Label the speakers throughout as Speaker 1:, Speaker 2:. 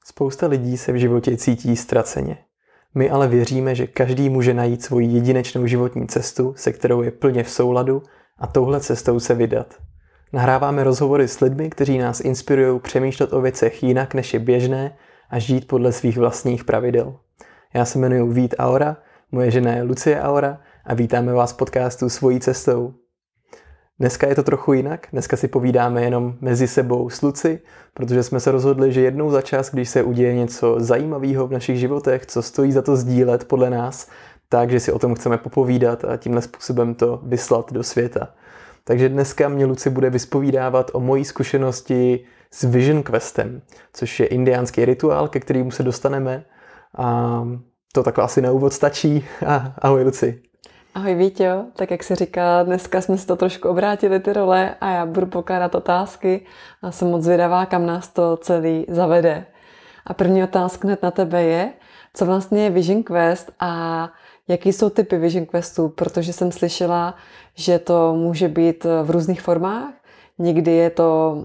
Speaker 1: Spousta lidí se v životě cítí ztraceně. My ale věříme, že každý může najít svoji jedinečnou životní cestu, se kterou je plně v souladu a touhle cestou se vydat. Nahráváme rozhovory s lidmi, kteří nás inspirují přemýšlet o věcech jinak, než je běžné a žít podle svých vlastních pravidel. Já se jmenuji Vít Aora, moje žena je Lucie Aora a vítáme vás v podcastu Svojí cestou. Dneska je to trochu jinak, dneska si povídáme jenom mezi sebou s Luci, protože jsme se rozhodli, že jednou za čas, když se uděje něco zajímavého v našich životech, co stojí za to sdílet podle nás, takže si o tom chceme popovídat a tímhle způsobem to vyslat do světa. Takže dneska mě Luci bude vyspovídávat o mojí zkušenosti s Vision Questem, což je indiánský rituál, ke kterému se dostaneme. A to takhle asi na úvod stačí. Ahoj Luci.
Speaker 2: Ahoj Víťo, tak jak jsi říkal, dneska jsme si to trošku obrátili ty role a já budu pokládat otázky a jsem moc zvědavá, kam nás to celý zavede. A první otázka hned na tebe je, co vlastně je Vision Quest a jaký jsou typy Vision Questů, protože jsem slyšela, že to může být v různých formách. Někdy je to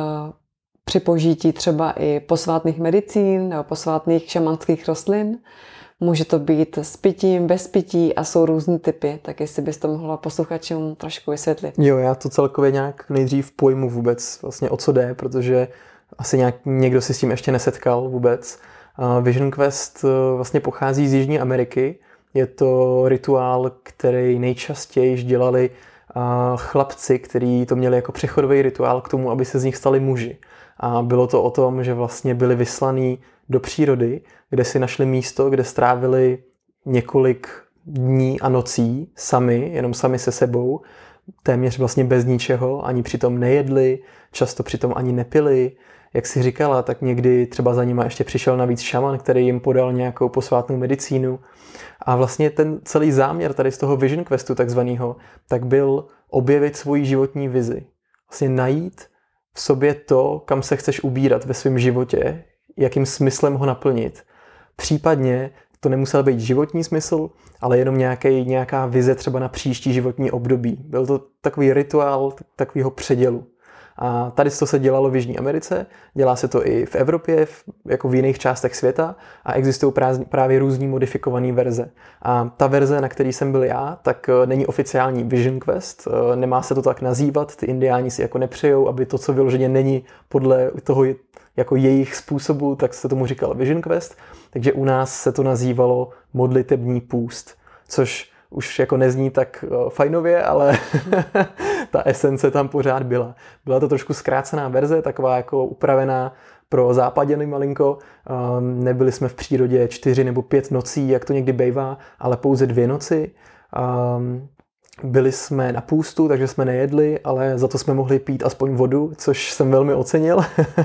Speaker 2: při použití třeba i posvátných medicín nebo posvátných šamanských rostlin. Může to být s pitím, bez pití a jsou různý typy, tak jestli bys to mohla posluchačům trošku vysvětlit.
Speaker 1: Jo, já to celkově nějak nejdřív pojmu vůbec vlastně o co jde, protože asi někdo si s tím ještě nesetkal vůbec. Vision Quest vlastně pochází z Jižní Ameriky. Je to rituál, který nejčastěji dělali chlapci, kteří to měli jako přechodový rituál k tomu, aby se z nich stali muži. A bylo to o tom, že vlastně byli vyslaní do přírody, kde si našli místo, kde strávili několik dní a nocí sami, jenom sami se sebou, téměř vlastně bez ničeho, ani přitom nejedli, často přitom ani nepili. Jak jsi říkala, tak někdy třeba za nima ještě přišel navíc šaman, který jim podal nějakou posvátnou medicínu. A vlastně ten celý záměr tady z toho Vision Questu takzvanýho, tak byl objevit svoji životní vizi. Vlastně najít v sobě to, kam se chceš ubírat ve svém životě, jakým smyslem ho naplnit. Případně to nemusel být životní smysl, ale jenom nějaká vize třeba na příští životní období. Byl to takový rituál takového předělu. A tady to se dělalo v Jižní Americe, dělá se to i v Evropě, jako v jiných částech světa a existují právě různý modifikované verze. A ta verze, na který jsem byl já, tak není oficiální Vision Quest, nemá se to tak nazývat, ty indiáni si jako nepřejou, aby to, co vyloženě není podle toho jako jejich způsobu, tak se tomu říkal Vision Quest, takže u nás se to nazývalo modlitební půst, což už jako nezní tak fajnově, ale ta esence tam pořád byla. Byla to trošku zkrácená verze, taková jako upravená pro západěny malinko. Nebyli jsme v přírodě 4 nebo 5 nocí, jak to někdy bývá, ale pouze 2 noci. Byli jsme na půstu, takže jsme nejedli, ale za to jsme mohli pít aspoň vodu, což jsem velmi ocenil.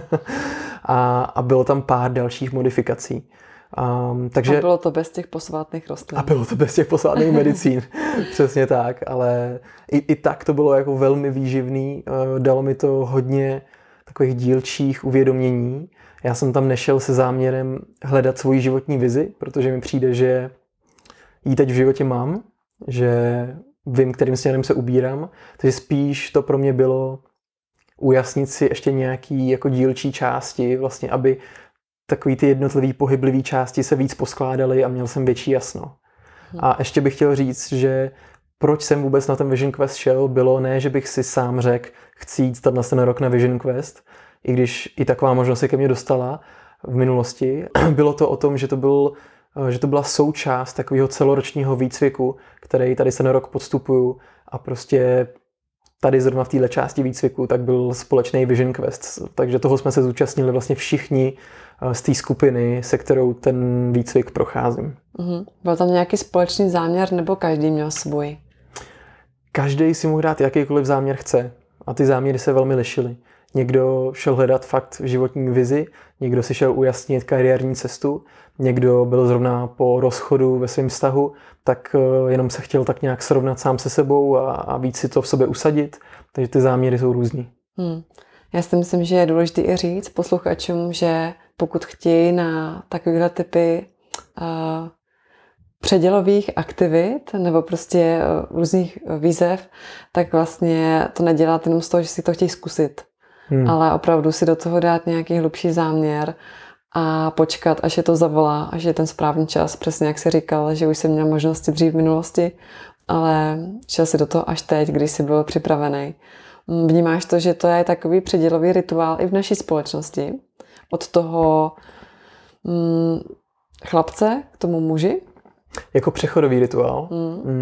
Speaker 1: A bylo tam pár dalších modifikací.
Speaker 2: Takže... A bylo to bez těch posvátných rostlin.
Speaker 1: A bylo to bez těch posvátných medicín, přesně tak, ale i tak to bylo jako velmi výživný, dalo mi to hodně takových dílčích uvědomění. Já jsem tam nešel se záměrem hledat svoji životní vizi, protože mi přijde, že ji teď v životě mám, že vím, kterým směrem se ubírám, takže spíš to pro mě bylo ujasnit si ještě nějaký jako dílčí části, vlastně, aby takový ty jednotlivý pohyblivý části se víc poskládaly a měl jsem větší jasno. A ještě bych chtěl říct, že proč jsem vůbec na ten Vision Quest šel, bylo ne, že bych si sám řekl, chci jít na ten rok na Vision Quest, i když i taková možnost se ke mně dostala v minulosti. Bylo to o tom, že to byla součást takového celoročního výcviku, který tady se na rok podstupuju a prostě tady zrovna v této části výcviku tak byl společný Vision Quest, takže toho jsme se zúčastnili vlastně všichni z té skupiny, se kterou ten výcvik procházím.
Speaker 2: Byl tam nějaký společný záměr nebo každý měl svůj?
Speaker 1: Každý si mohl dát jakýkoliv záměr chce a ty záměry se velmi lišily. Někdo šel hledat fakt životní vizi, někdo si šel ujasnit kariérní cestu, někdo byl zrovna po rozchodu ve svém vztahu, tak jenom se chtěl tak nějak srovnat sám se sebou a víc si to v sobě usadit, takže ty záměry jsou různý.
Speaker 2: Já si myslím, že je důležité i říct posluchačům, že pokud chtějí na takovéhle typy předělových aktivit nebo prostě různých výzev, tak vlastně to nedělat jenom z toho, že si to chtějí zkusit. Ale opravdu si do toho dát nějaký hlubší záměr a počkat, až je to zavolá, až je ten správný čas, přesně jak jsi říkal, že už jsem měl možnosti dřív v minulosti, ale šel si do toho až teď, když jsi byl připravený. Vnímáš to, že to je takový předělový rituál i v naší společnosti? Od toho chlapce k tomu muži?
Speaker 1: Jako přechodový rituál?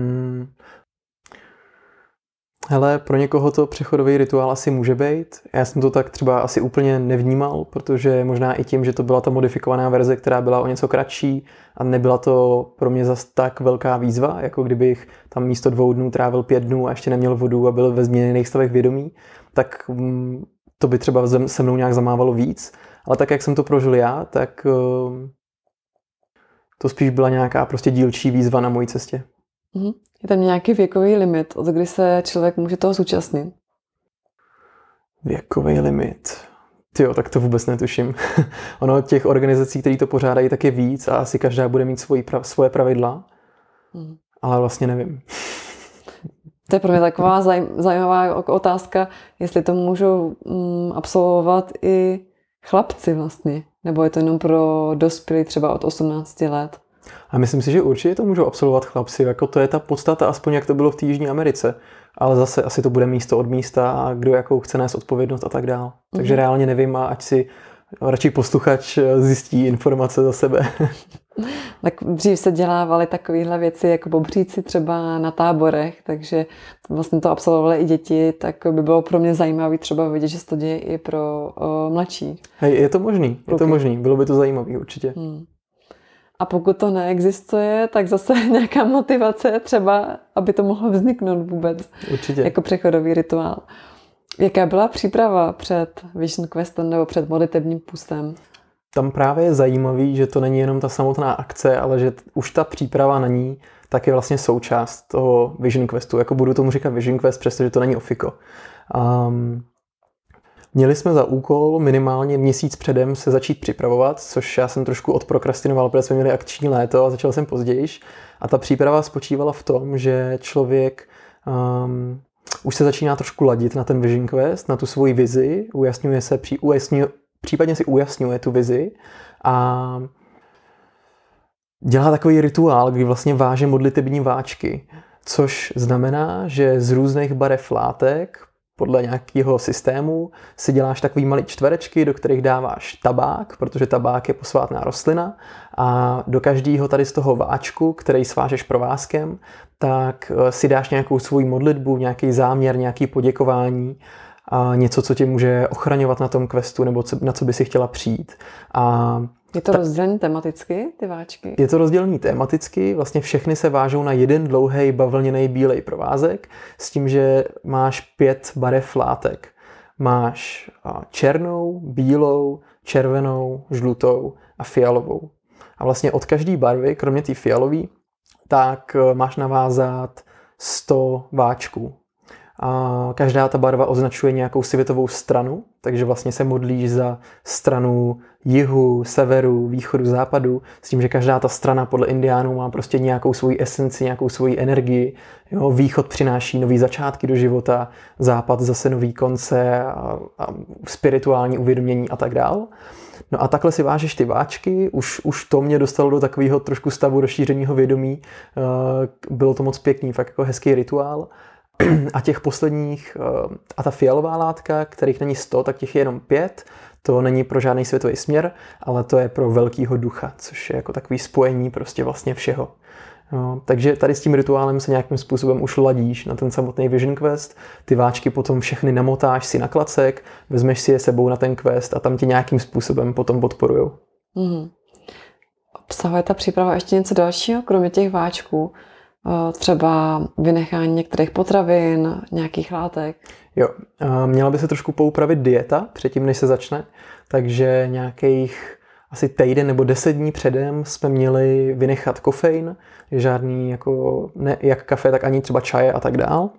Speaker 1: Hele, pro někoho to přechodový rituál asi může být. Já jsem to tak třeba asi úplně nevnímal, protože možná i tím, že to byla ta modifikovaná verze, která byla o něco kratší a nebyla to pro mě zas tak velká výzva, jako kdybych tam místo 2 dnů trávil 5 dnů a ještě neměl vodu a byl ve změněných stavech vědomí, tak to by třeba se mnou nějak zamávalo víc. Ale tak, jak jsem to prožil já, tak to spíš byla nějaká prostě dílčí výzva na mojí cestě.
Speaker 2: Je tam nějaký věkový limit, od kdy se člověk může toho zúčastnit?
Speaker 1: Věkový limit? Tyjo, tak to vůbec netuším. Ono těch organizací, které to pořádají, tak je víc a asi každá bude mít svoje pravidla, ale vlastně nevím.
Speaker 2: To je pro mě taková zajímavá otázka, jestli to můžou absolvovat i chlapci vlastně, nebo je to jenom pro dospělí třeba od 18 let.
Speaker 1: A myslím si, že určitě to můžou absolvovat chlapci, jako to je ta podstata, aspoň jak to bylo v té Jižní Americe. Ale zase asi to bude místo od místa a kdo jakou chce nést odpovědnost a tak dál. Takže reálně nevím a ať si radši posluchač zjistí informace za sebe.
Speaker 2: Tak dřív se dělávaly takovéhle věci jako bobříci třeba na táborech, takže vlastně to absolvovaly i děti, tak by bylo pro mě zajímavé třeba vidět, že se to děje i pro mladší.
Speaker 1: Hej, je to možný, bylo by to zajímavé určitě.
Speaker 2: A pokud to neexistuje, tak zase nějaká motivace třeba, aby to mohlo vzniknout vůbec.
Speaker 1: Určitě.
Speaker 2: Jako přechodový rituál. Jaká byla příprava před Vision Questem nebo před modlitebním pustem?
Speaker 1: Tam právě je zajímavý, že to není jenom ta samotná akce, ale že už ta příprava na ní tak je vlastně součást toho Vision Questu. Jako budu tomu říkat Vision Quest, přestože to není ofiko. Měli jsme za úkol minimálně měsíc předem se začít připravovat, což já jsem trošku odprokrastinoval, protože jsme měli akční léto a začal jsem později. A ta příprava spočívala v tom, že člověk už se začíná trošku ladit na ten Vision Quest, na tu svoji vizi, případně si ujasňuje tu vizi a dělá takový rituál, kdy vlastně váže modlitební váčky, což znamená, že z různých barev látek podle nějakého systému si děláš takový malý čtverečky, do kterých dáváš tabák, protože tabák je posvátná rostlina a do každého tady z toho váčku, který svážeš provázkem, tak si dáš nějakou svou modlitbu, nějaký záměr, nějaký poděkování a něco, co tě může ochraňovat na tom questu nebo na co by si chtěla přijít. A
Speaker 2: je to rozdělené tematicky, ty váčky?
Speaker 1: Je to rozdělené tematicky, vlastně všechny se vážou na jeden dlouhý bavlněný bílej provázek s tím, že máš 5 barev látek. Máš černou, bílou, červenou, žlutou a fialovou. A vlastně od každé barvy, kromě té fialové, tak máš navázat 100 váčků. A každá ta barva označuje nějakou světovou stranu, takže vlastně se modlíš za stranu jihu, severu, východu, západu, s tím, že každá ta strana podle indiánů má prostě nějakou svoji esenci, nějakou svoji energii. Jo, východ přináší nový začátky do života, západ zase nový konce a spirituální uvědomění a tak dál. No a takhle si vážeš ty váčky, už to mě dostalo do takového trošku stavu rozšířeného vědomí. Bylo to moc pěkný, fakt jako hezký rituál. A těch posledních, a ta fialová látka, kterých není 100, tak těch je jenom 5. To není pro žádný světový směr, ale to je pro velkýho ducha, což je jako takový spojení prostě vlastně všeho. No, takže tady s tím rituálem se nějakým způsobem už ladíš na ten samotný Vision Quest. Ty váčky potom všechny namotáš si na klacek, vezmeš si je sebou na ten quest a tam tě nějakým způsobem potom podporujou.
Speaker 2: Obsahuje ta příprava ještě něco dalšího, kromě těch váčků? Třeba vynechání některých potravin, nějakých látek?
Speaker 1: Jo, měla by se trošku poupravit dieta předtím, než se začne, takže nějakých asi týden nebo 10 dní předem jsme měli vynechat kofein, žádný jako, ne, jak kafe, tak ani třeba čaje a tak dál.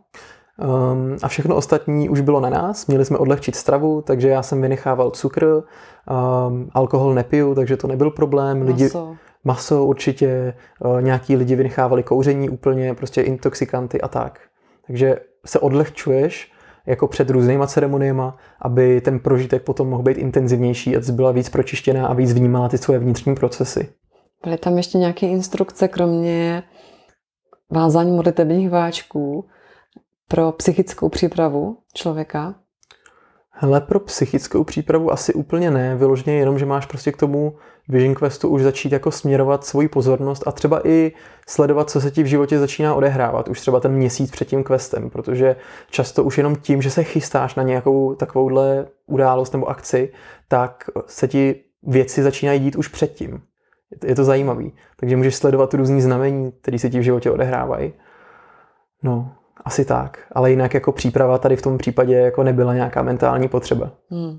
Speaker 1: A všechno ostatní už bylo na nás, měli jsme odlehčit stravu, takže já jsem vynechával cukr, alkohol nepiju, takže to nebyl problém. Maso určitě, nějaký lidi vynechávali kouření úplně, prostě intoxikanty a tak. Takže se odlehčuješ, jako před různýma ceremoniema, aby ten prožitek potom mohl být intenzivnější a byla víc pročištěná a víc vnímala ty svoje vnitřní procesy.
Speaker 2: Byly tam ještě nějaké instrukce, kromě vázání modlitebních váčků, pro psychickou přípravu člověka?
Speaker 1: Hele, pro psychickou přípravu asi úplně ne, vyloženě jenom, že máš prostě k tomu Vision Questu už začít jako směrovat svoji pozornost a třeba i sledovat, co se ti v životě začíná odehrávat, už třeba ten měsíc před tím questem, protože často už jenom tím, že se chystáš na nějakou takovouhle událost nebo akci, tak se ti věci začínají dít už předtím. Je to zajímavý. Takže můžeš sledovat různý znamení, které se ti v životě odehrávají. No, asi tak. Ale jinak jako příprava tady v tom případě jako nebyla nějaká mentální potřeba.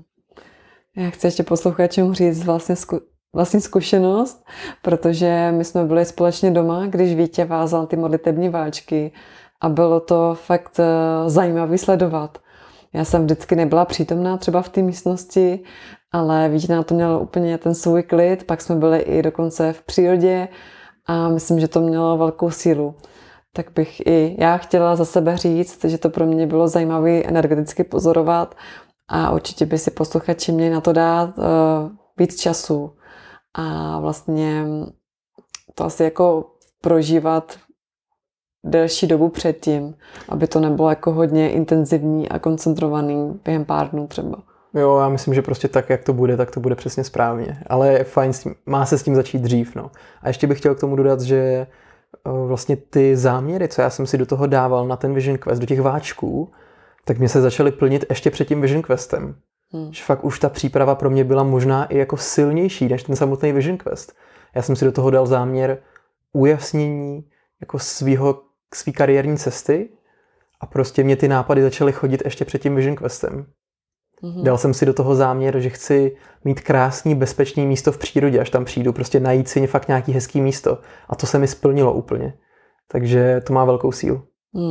Speaker 2: Já chci ještě posluchačům říct vlastní zkušenost, protože my jsme byli společně doma, když Vítě vázal ty modlitební váčky a bylo to fakt zajímavé sledovat. Já jsem vždycky nebyla přítomná třeba v té místnosti, ale Vítě na to mělo úplně ten svůj klid, pak jsme byli i dokonce v přírodě a myslím, že to mělo velkou sílu. Tak bych i já chtěla za sebe říct, že to pro mě bylo zajímavé energeticky pozorovat a určitě by si posluchači měli na to dát víc času a vlastně to asi jako prožívat delší dobu předtím, aby to nebylo jako hodně intenzivní a koncentrovaný během pár dnů třeba.
Speaker 1: Jo, já myslím, že prostě tak, jak to bude, tak to bude přesně správně. Ale je fajn, má se s tím začít dřív. No. A ještě bych chtěl k tomu dodat, že vlastně ty záměry, co já jsem si do toho dával na ten Vision Quest, do těch váčků, tak mě se začaly plnit ještě před tím Vision Questem. Že fakt už ta příprava pro mě byla možná i jako silnější než ten samotný Vision Quest. Já jsem si do toho dal záměr ujasnění jako svý kariérní cesty a prostě mě ty nápady začaly chodit ještě před tím Vision Questem. Dal jsem si do toho záměr, že chci mít krásný, bezpečný místo v přírodě, až tam přijdu, prostě najít si fakt nějaký hezký místo. A to se mi splnilo úplně. Takže to má velkou sílu.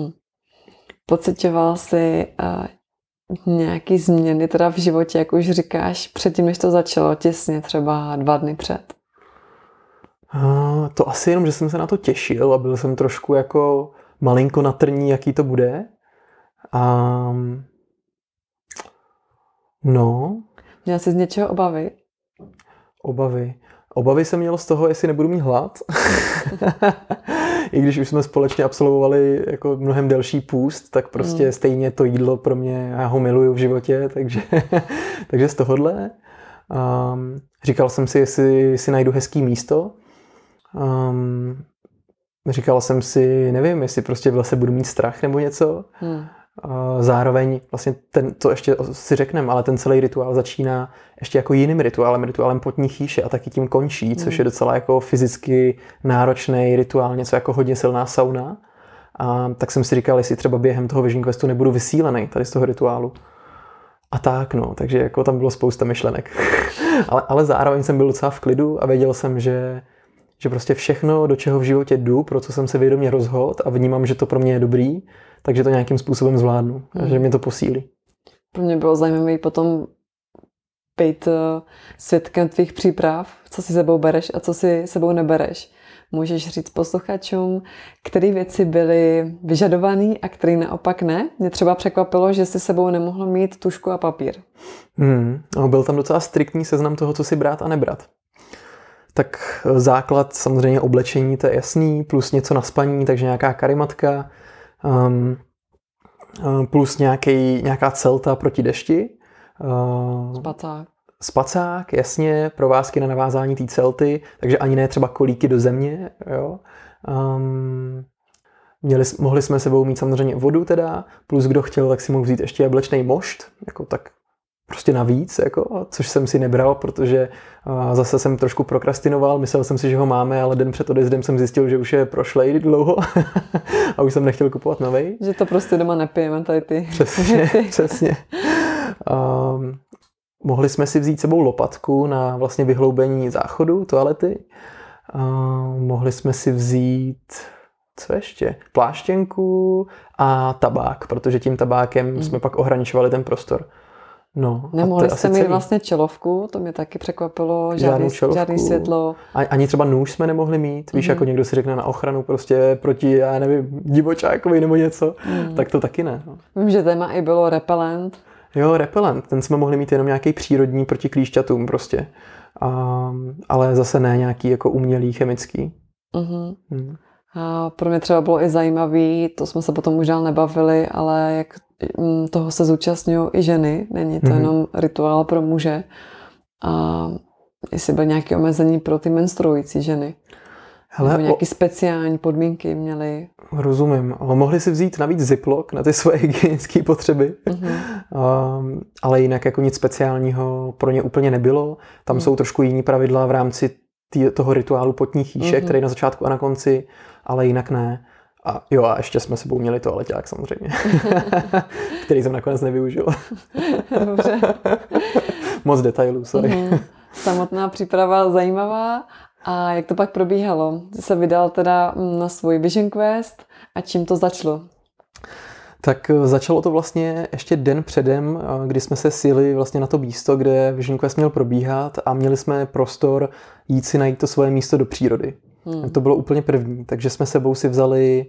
Speaker 2: Pocitoval jsi nějaký změny teda v životě, jak už říkáš, předtím, než to začalo, těsně třeba 2 dny před?
Speaker 1: To asi jenom, že jsem se na to těšil a byl jsem trošku jako malinko na trní, jaký to bude. No.
Speaker 2: Měl jsi z něčeho obavy?
Speaker 1: Obavy jsem měl z toho, jestli nebudu mít hlad. I když už jsme společně absolvovali jako mnohem delší půst, tak prostě stejně to jídlo pro mě, já ho miluju v životě, takže z tohohle. Říkal jsem si, jestli si najdu hezký místo. Říkal jsem si, nevím, jestli prostě v lese budu mít strach nebo něco. Zároveň vlastně to ještě si řekneme, ale ten celý rituál začíná ještě jako jiným rituálem potní chýše a taky tím končí, což je docela jako fyzicky náročný rituál, něco jako hodně silná sauna. A tak jsem si říkal, jestli třeba během toho Vision Questu nebudu vysílený tady z toho rituálu. A tak no, takže jako tam bylo spousta myšlenek. ale zároveň jsem byl docela v klidu a věděl jsem, že prostě všechno, do čeho v životě jdu, pro co jsem se vědomě rozhodl a vnímám, že to pro mě je dobrý, takže to nějakým způsobem zvládnu, že mě to posílí.
Speaker 2: Pro mě bylo zajímavé potom být svědkem tvých příprav, co si sebou bereš a co si sebou nebereš. Můžeš říct posluchačům, které věci byly vyžadované a které naopak ne? Mě třeba překvapilo, že si sebou nemohl mít tužku a papír.
Speaker 1: Byl tam docela striktní seznam toho, co si brát a nebrat. Tak základ samozřejmě oblečení, to je jasný, plus něco na spaní, takže nějaká karimatka, plus nějaká celta proti dešti. Spacák, jasně, provázky na navázání té celty, takže ani ne třeba kolíky do země. Jo. Mohli jsme sebou mít samozřejmě vodu teda, plus kdo chtěl, tak si mohl vzít ještě jablečný mošt, jako tak prostě navíc, jako, což jsem si nebral, protože zase jsem trošku prokrastinoval, myslel jsem si, že ho máme, ale den před odjezdem jsem zjistil, že už je prošlej dlouho a už jsem nechtěl kupovat novej.
Speaker 2: Že to prostě doma nepijeme tady ty.
Speaker 1: Přesně. Mohli jsme si vzít sebou lopatku na vlastně vyhloubení záchodu, toalety. Mohli jsme si vzít, co ještě? Pláštěnku a tabák, protože tím tabákem jsme pak ohraničovali ten prostor. No,
Speaker 2: nemohli jste mít vlastně čelovku, to mě taky překvapilo, žádný světlo.
Speaker 1: Ani třeba nůž jsme nemohli mít, víš, jako někdo si řekne na ochranu prostě proti, já nevím, divočákovi nebo něco, tak to taky ne. No.
Speaker 2: Vím, že téma i bylo repelent.
Speaker 1: Jo, repelent, ten jsme mohli mít jenom nějaký přírodní proti klíšťatům prostě, ale zase ne nějaký jako umělý, chemický.
Speaker 2: A pro mě třeba bylo i zajímavý, to jsme se potom už dál nebavili, ale jak toho se zúčastňují i ženy, není to jenom rituál pro muže. A jestli byl nějaké omezení pro ty menstruující ženy. Hele, nebo nějaké speciální podmínky měly.
Speaker 1: Rozumím. Mohli si vzít navíc ziplock na ty svoje hygienické potřeby, ale jinak jako nic speciálního pro ně úplně nebylo. Tam jsou trošku jiný pravidla v rámci toho rituálu potní chýše, který je na začátku a na konci, ale jinak ne. A jo, a ještě jsme sebou měli toaleťák samozřejmě, který jsem nakonec nevyužil.
Speaker 2: Dobře.
Speaker 1: Moc detailů, sorry.
Speaker 2: Samotná příprava zajímavá. A jak to pak probíhalo? Jsi se vydal teda na svůj Vision Quest a čím to začalo?
Speaker 1: Tak začalo to vlastně ještě den předem, kdy jsme se sjeli vlastně na to místo, kde Vision Quest měl probíhat a měli jsme prostor jít si najít to svoje místo do přírody. To bylo úplně první, takže jsme sebou si vzali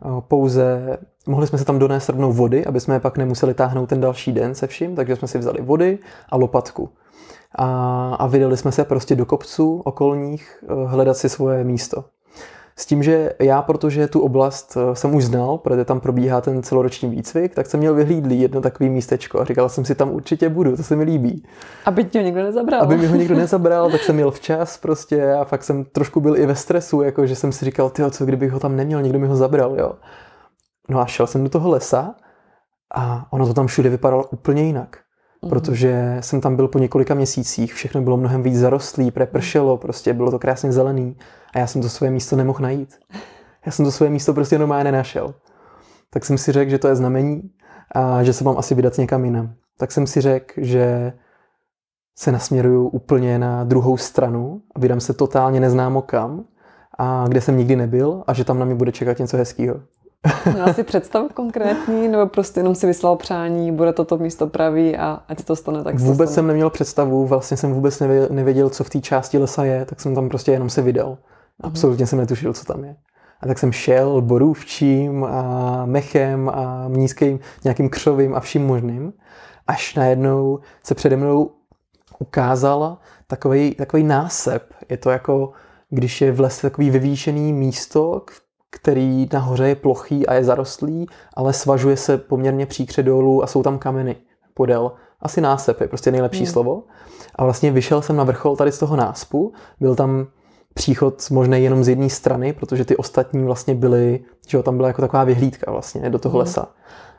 Speaker 1: mohli jsme se tam donést rovnou vody, aby jsme je pak nemuseli táhnout ten další den se vším, takže jsme si vzali vody a lopatku. A vydali jsme se prostě do kopců okolních hledat si svoje místo. S tím, že já, protože tu oblast jsem už znal, protože tam probíhá ten celoroční výcvik, tak jsem měl vyhlídlý jedno takové místečko a říkal jsem si, tam určitě budu, to se mi líbí.
Speaker 2: Aby tě ho někdo nezabral.
Speaker 1: Aby mi ho někdo nezabral, tak jsem měl včas prostě a fakt jsem trošku byl i ve stresu, jako že jsem si říkal, tyjo, co kdybych ho tam neměl, někdo mi ho zabral, jo. No a šel jsem do toho lesa a ono to tam všude vypadalo úplně jinak. Protože jsem tam byl po několika měsících, všechno bylo mnohem víc zarostlý, pršelo, prostě bylo to krásně zelený a já jsem to svoje místo nemohl najít. Já jsem to svoje místo prostě normálně nenašel. Tak jsem si řekl, že to je znamení a že se mám asi vydat někam jinam. Tak jsem si řekl, že se nasměruju úplně na druhou stranu a vydám se totálně neznámo kam a kde jsem nikdy nebyl a že tam na mě bude čekat něco hezkýho.
Speaker 2: Měla si představu konkrétní, nebo prostě jenom si vyslal přání, bude toto místo pravý a ať to stane, tak
Speaker 1: vůbec jsem neměl představu, vlastně jsem vůbec nevěděl, co v té části lesa je, tak jsem tam prostě jenom se vydal. Absolutně jsem netušil, co tam je. A tak jsem šel borůvčím a mechem a nízkým nějakým křovým a vším možným, až najednou se přede mnou ukázal takový násep. Je to jako, když je v lese takový vyvýšený místo, který nahoře je plochý a je zarostlý, ale svažuje se poměrně příkře dolů a jsou tam kameny podél. Asi násep je prostě nejlepší slovo. A vlastně vyšel jsem na vrchol tady z toho náspu, byl tam příchod možná jenom z jedné strany, protože ty ostatní vlastně byly, že tam byla jako taková vyhlídka vlastně do toho lesa.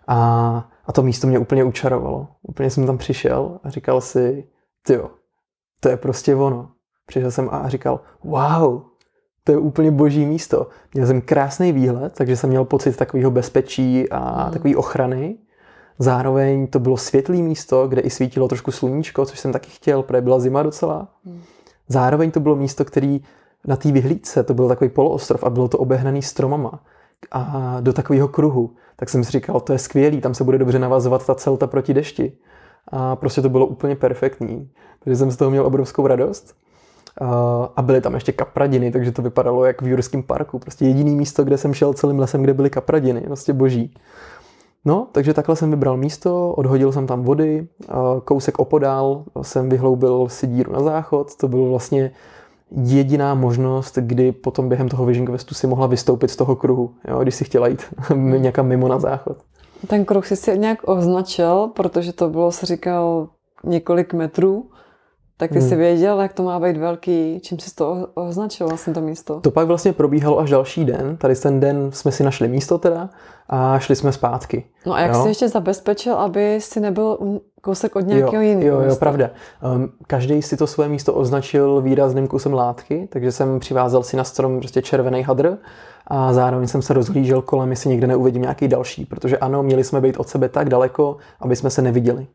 Speaker 1: A to místo mě úplně učarovalo. Úplně jsem tam přišel a říkal si, tyjo, to je prostě ono. Přišel jsem a říkal, wow, to je úplně boží místo. Měl jsem krásný výhled, takže jsem měl pocit takového bezpečí a takové ochrany. Zároveň to bylo světlé místo, kde i svítilo trošku sluníčko, což jsem taky chtěl, protože byla zima docela. Zároveň to bylo místo, který na té vyhlídce, to byl takový poloostrov a bylo to obehnaný stromama a do takového kruhu. Tak jsem si říkal, to je skvělý, tam se bude dobře navazovat ta celta proti dešti. A prostě to bylo úplně perfektní. Takže jsem z toho měl obrovskou radost. A byly tam ještě kapradiny, takže to vypadalo jak v Jurském parku. Prostě jediný místo, kde jsem šel celým lesem, kde byly kapradiny. Prostě boží. No, takže takhle jsem vybral místo, odhodil jsem tam vody, kousek opodál jsem vyhloubil si díru na záchod. To bylo vlastně jediná možnost, kdy potom během toho Vision Questu si mohla vystoupit z toho kruhu, jo, když si chtěla jít někam mimo na záchod.
Speaker 2: Ten kruh si nějak označil, protože to bylo, se říkal, několik metrů. Tak ty jsi věděl, jak to má být velký, čím jsi to označil vlastně to místo?
Speaker 1: To pak vlastně probíhalo až další den. Tady ten den jsme si našli místo teda a šli jsme zpátky.
Speaker 2: No a jak jsi ještě zabezpečil, aby si nebyl kousek od nějakého jiného místa?
Speaker 1: Jo, pravda. Každý si to svoje místo označil výrazným kusem látky, takže jsem přivázal si na strom prostě červený hadr a zároveň jsem se rozhlížel kolem, jestli někde neuvidím nějaký další, protože ano, měli jsme být od sebe tak daleko, aby jsme se neviděli.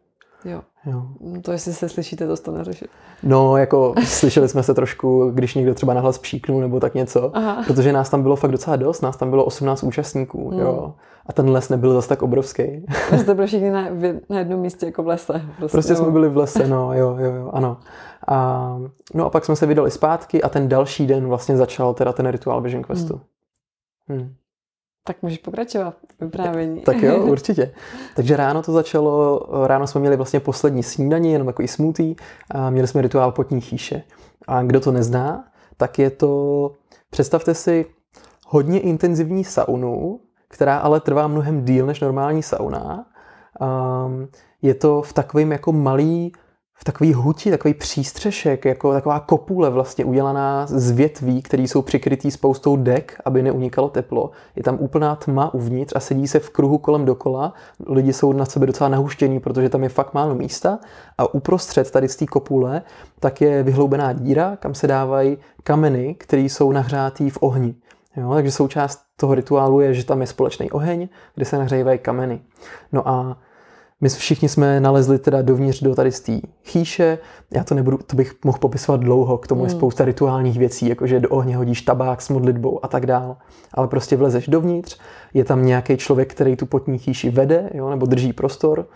Speaker 2: Jo.
Speaker 1: Jo.
Speaker 2: To, jestli se slyšíte, to neřešit.
Speaker 1: No, jako slyšeli jsme se trošku, když někdo třeba nahlas pšíknul nebo tak něco, protože nás tam bylo fakt docela dost, nás tam bylo 18 účastníků, jo. A ten les nebyl zase tak obrovský.
Speaker 2: Vy jste byli všichni na jednom místě jako v lese.
Speaker 1: Prostě jsme byli v lese, no, jo, ano. No a pak jsme se vydali zpátky a ten další den vlastně začal teda ten rituál Vision Questu.
Speaker 2: Tak můžeš pokračovat v vyprávění.
Speaker 1: Tak jo, určitě. Takže ráno to začalo, ráno jsme měli vlastně poslední snídani, jenom takový smoothie a měli jsme rituál potní chýše. A kdo to nezná, tak je to, představte si, hodně intenzivní saunu, která ale trvá mnohem díl než normální sauna. Je to v takovým jako malý, v takový huti, takový přístřešek, jako taková kopule vlastně udělaná z větví, které jsou přikrytý spoustou dek, aby neunikalo teplo. Je tam úplná tma uvnitř a sedí se v kruhu kolem dokola. Lidi jsou na sebe docela nahuštění, protože tam je fakt málo místa. A uprostřed tady z té kopule tak je vyhloubená díra, kam se dávají kameny, které jsou nahřátý v ohni. Jo, takže součást toho rituálu je, že tam je společný oheň, kde se nahřívají kameny. No a my všichni jsme nalezli teda dovnitř do tady z té chýše. Já to nebudu, to bych mohl popisovat dlouho, k tomu je spousta rituálních věcí, jakože do ohně hodíš tabák s modlitbou a tak dál. Ale prostě vlezeš dovnitř, je tam nějaký člověk, který tu potní chýši vede, jo, nebo drží prostor.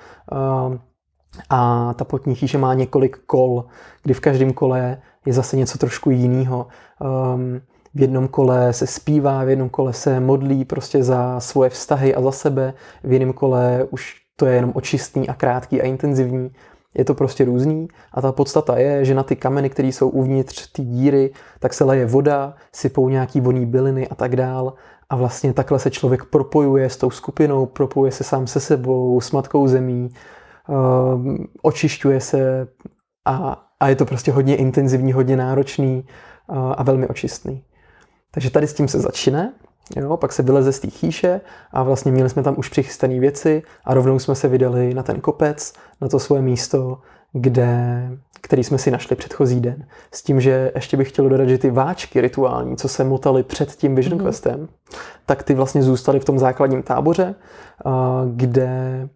Speaker 1: A ta potní chýše má několik kol, kdy v každém kole je zase něco trošku jiného. V jednom kole se zpívá, v jednom kole se modlí prostě za svoje vztahy a za sebe, v jiném kole už to je jenom očistný a krátký a intenzivní. Je to prostě různý a ta podstata je, že na ty kameny, které jsou uvnitř ty díry, tak se leje voda, sypou nějaký vonný byliny a tak dál. A vlastně takhle se člověk propojuje s tou skupinou, propojuje se sám se sebou, s matkou zemí, očišťuje se a je to prostě hodně intenzivní, hodně náročný a velmi očistný. Takže tady s tím se začíná. Jo, pak se vyleze z té chýše a vlastně měli jsme tam už přichystané věci a rovnou jsme se vydali na ten kopec, na to svoje místo, který jsme si našli předchozí den. S tím, že ještě bych chtěl dodat, že ty váčky rituální, co se motaly před tím Vision Questem, tak ty vlastně zůstaly v tom základním táboře, kde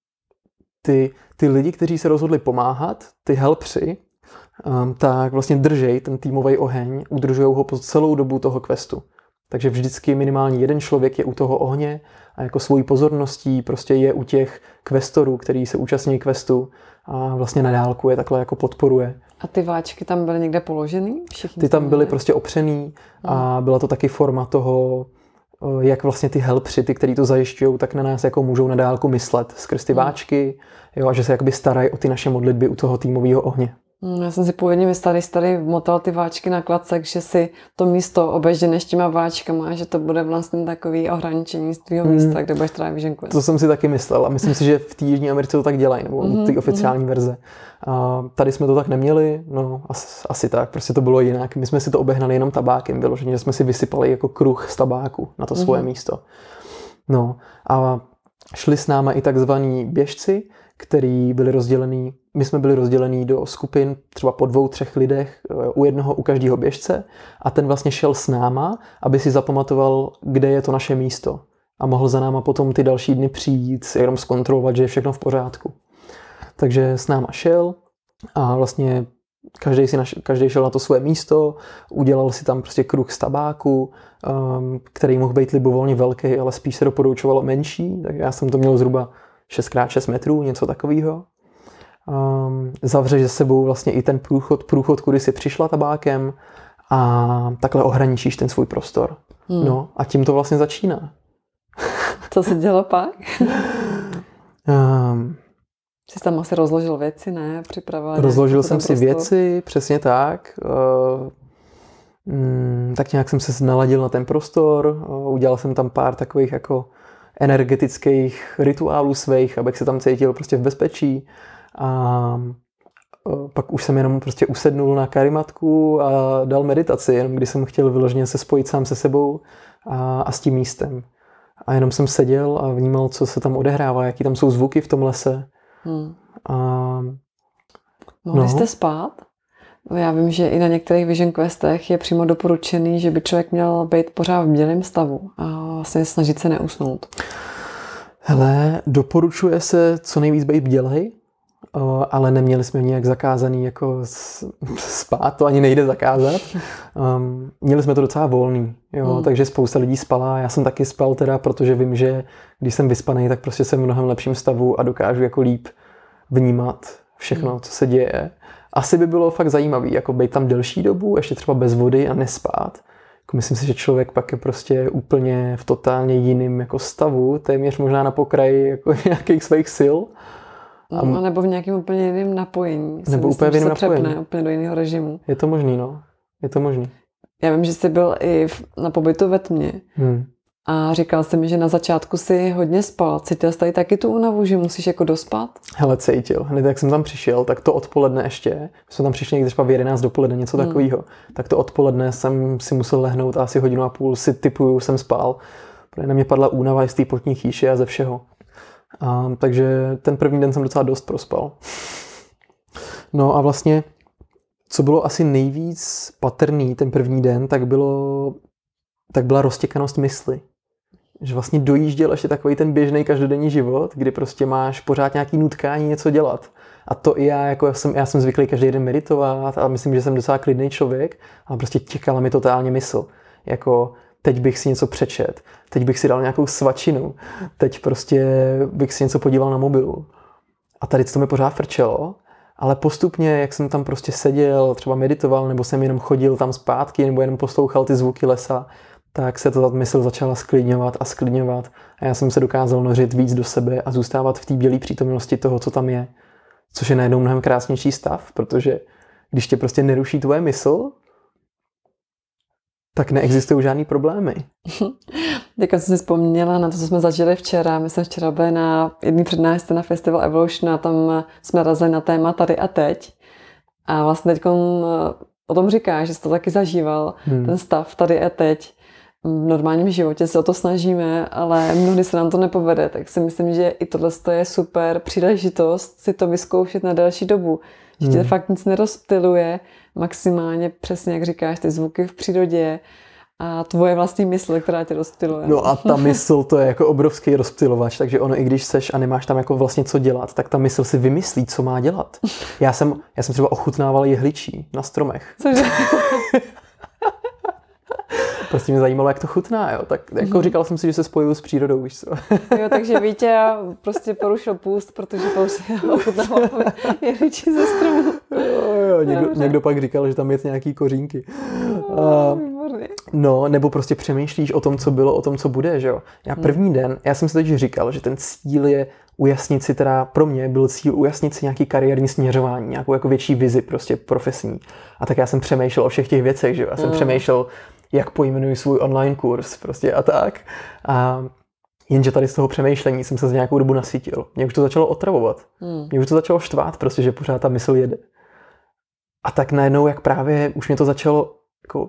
Speaker 1: ty lidi, kteří se rozhodli pomáhat, ty helpři, tak vlastně držej ten týmový oheň, udržujou ho po celou dobu toho questu. Takže vždycky minimálně jeden člověk je u toho ohně a jako svojí pozorností prostě je u těch questorů, který se účastní questu a vlastně na dálku je takhle jako podporuje.
Speaker 2: A ty váčky tam byly někde položený?
Speaker 1: Ty tam byly prostě opřený a byla to taky forma toho, jak vlastně ty helpři, ty, kteří to zajišťují, tak na nás jako můžou na dálku myslet skrz ty váčky, jo, a že se jakoby starají o ty naše modlitby u toho týmového ohně.
Speaker 2: Já jsem si původně myslela, když tady motal ty váčky na kladce, že si to místo oběžděneš těma váčkama, že to bude vlastně takový ohraničení z tvýho místa, kde budeš trávit Vision Quest.
Speaker 1: To jsem si taky myslel a myslím si, že v té Jižní Americe to tak dělají, nebo ty oficiální verze. A tady jsme to tak neměli, no asi tak, prostě to bylo jinak. My jsme si to obehnali jenom tabákem, vyloženě, že jsme si vysypali jako kruh z tabáku na to svoje místo. No a šli s náma i takzvaní běžci, který byli rozdělený. My jsme byli rozdělení do skupin třeba po 2-3 lidech, u každého běžce a ten vlastně šel s náma, aby si zapamatoval, kde je to naše místo a mohl za náma potom ty další dny přijít, jenom zkontrolovat, že je všechno v pořádku. Takže s náma šel a vlastně každý šel na to své místo, udělal si tam prostě kruh z tabáku, který mohl být libovolně velký, ale spíš se doporučovalo menší, tak já jsem to měl zhruba 6x6 metrů, něco takového. Zavřeš za sebou vlastně i ten průchod, kudy si přišla tabákem a takhle ohraničíš ten svůj prostor. No a tím to vlastně začíná.
Speaker 2: Co se dělo pak? Jsi tam asi rozložil věci, ne?
Speaker 1: Rozložil jsem si věci, přesně tak. Tak nějak jsem se naladil na ten prostor, udělal jsem tam pár takových jako energetických rituálů svých, abych se tam cítil prostě v bezpečí. A pak už jsem jenom prostě usednul na karimatku a dal meditaci, jenom když jsem chtěl vyloženě se spojit sám se sebou a s tím místem. A jenom jsem seděl a vnímal, co se tam odehrává, jaký tam jsou zvuky v tom lese.
Speaker 2: Mohli jste spát? Já vím, že i na některých Vision Questech je přímo doporučený, že by člověk měl být pořád v bdělém stavu a vlastně snažit se neusnout.
Speaker 1: Hele, doporučuje se co nejvíc být bdělej, ale neměli jsme nějak zakázaný jako spát, to ani nejde zakázat. Měli jsme to docela volný, jo, takže spousta lidí spala, já jsem taky spal teda, protože vím, že když jsem vyspaný, tak prostě jsem v mnohem lepším stavu a dokážu jako líp vnímat všechno, co se děje. Asi by bylo fakt zajímavý, jako být tam delší dobu, ještě třeba bez vody a nespát. Jako myslím si, že člověk pak je prostě úplně v totálně jiném jako stavu, téměř možná na pokraji jako nějakých svých sil.
Speaker 2: A nebo v nějakém úplně jiném napojení.
Speaker 1: Nebo úplně v jiném napojení.
Speaker 2: Přepne úplně do jiného režimu.
Speaker 1: Je to možný, no. Je to možný.
Speaker 2: Já vím, že jsi byl i na pobytu ve tmě. A říkal jsi mi, že na začátku si hodně spal. Cítil jsi tady taky tu únavu, že musíš jako dospat?
Speaker 1: Hele, cítil. Hned jak jsem tam přišel, tak to odpoledne ještě, my jsme tam přišli někdy třeba v 11 dopoledne, něco takového, tak to odpoledne jsem si musel lehnout a asi hodinu a půl si typuju, jsem spal. Protože na mě padla únava z té potní chýše a ze všeho. Takže ten první den jsem docela dost prospal. No a vlastně, co bylo asi nejvíc patrný ten první den, tak byla roztěkanost mysli. Že vlastně dojížděl ještě takový ten běžný každodenní život, kdy prostě máš pořád nějaký nutkání něco dělat. A to i já jsem zvyklý každý den meditovat a myslím, že jsem docela klidný člověk, ale prostě těkala mi totálně mysl. Jako teď bych si něco přečet, teď bych si dal nějakou svačinu, teď prostě bych si něco podíval na mobilu. A tady to mi pořád frčelo, ale postupně, jak jsem tam prostě seděl, třeba meditoval, nebo jsem jenom chodil tam zpátky, nebo jenom poslouchal ty zvuky lesa, tak se ta mysl začala sklidňovat a já jsem se dokázal nořit víc do sebe a zůstávat v té bělé přítomnosti toho, co tam je. Což je najednou mnohem krásnější stav, protože když tě prostě neruší tvoje mysl, tak neexistují žádný problémy.
Speaker 2: Děkuji, jsem si vzpomněla na to, co jsme zažili včera. My jsme včera byli na jedné přednášce na Festival Evolution a tam jsme razili na téma tady a teď. A vlastně teď o tom říkáš, že jsi to taky zažíval, ten stav tady a teď. V normálním životě se o to snažíme, ale mnohdy se nám to nepovede, tak si myslím, že i tohle je super příležitost si to vyzkoušet na delší dobu. Že tě fakt nic nerozptyluje, maximálně přesně jak říkáš, ty zvuky v přírodě a tvoje vlastní mysl, která tě rozptyluje.
Speaker 1: No a ta mysl, to je jako obrovský rozptylovač, takže ono i když seš a nemáš tam jako vlastně co dělat, tak ta mysl si vymyslí, co má dělat. Já jsem třeba ochutnával jehličí na stromech.
Speaker 2: Cože?
Speaker 1: Prostě mě zajímalo, jak to chutná, jo. Tak jako říkal jsem si, že se spojuju s přírodou, víš co.
Speaker 2: Jo, takže Vítě prostě porušil půst, protože ochutnával jehličí ze stromu.
Speaker 1: Jo, někdo pak říkal, že tam je nějaký kořínky. No, nebo prostě přemýšlíš o tom, co bylo, o tom, co bude, že jo. První den, já jsem si teď říkal, že ten cíl je ujasnit si, teda pro mě byl cíl ujasnit si nějaký kariérní směřování, nějakou jako větší vizi prostě profesní. A tak já jsem přemýšlel o všech těch věcech, že jo. Já jsem přemýšlel, jak pojmenuji svůj online kurz prostě a tak. A jenže tady z toho přemýšlení jsem se za nějakou dobu nasytil. Mě už to začalo otravovat. Mě už to začalo štvát, prostě, že pořád ta mysl jede. A tak najednou, jak právě už mě to začalo jako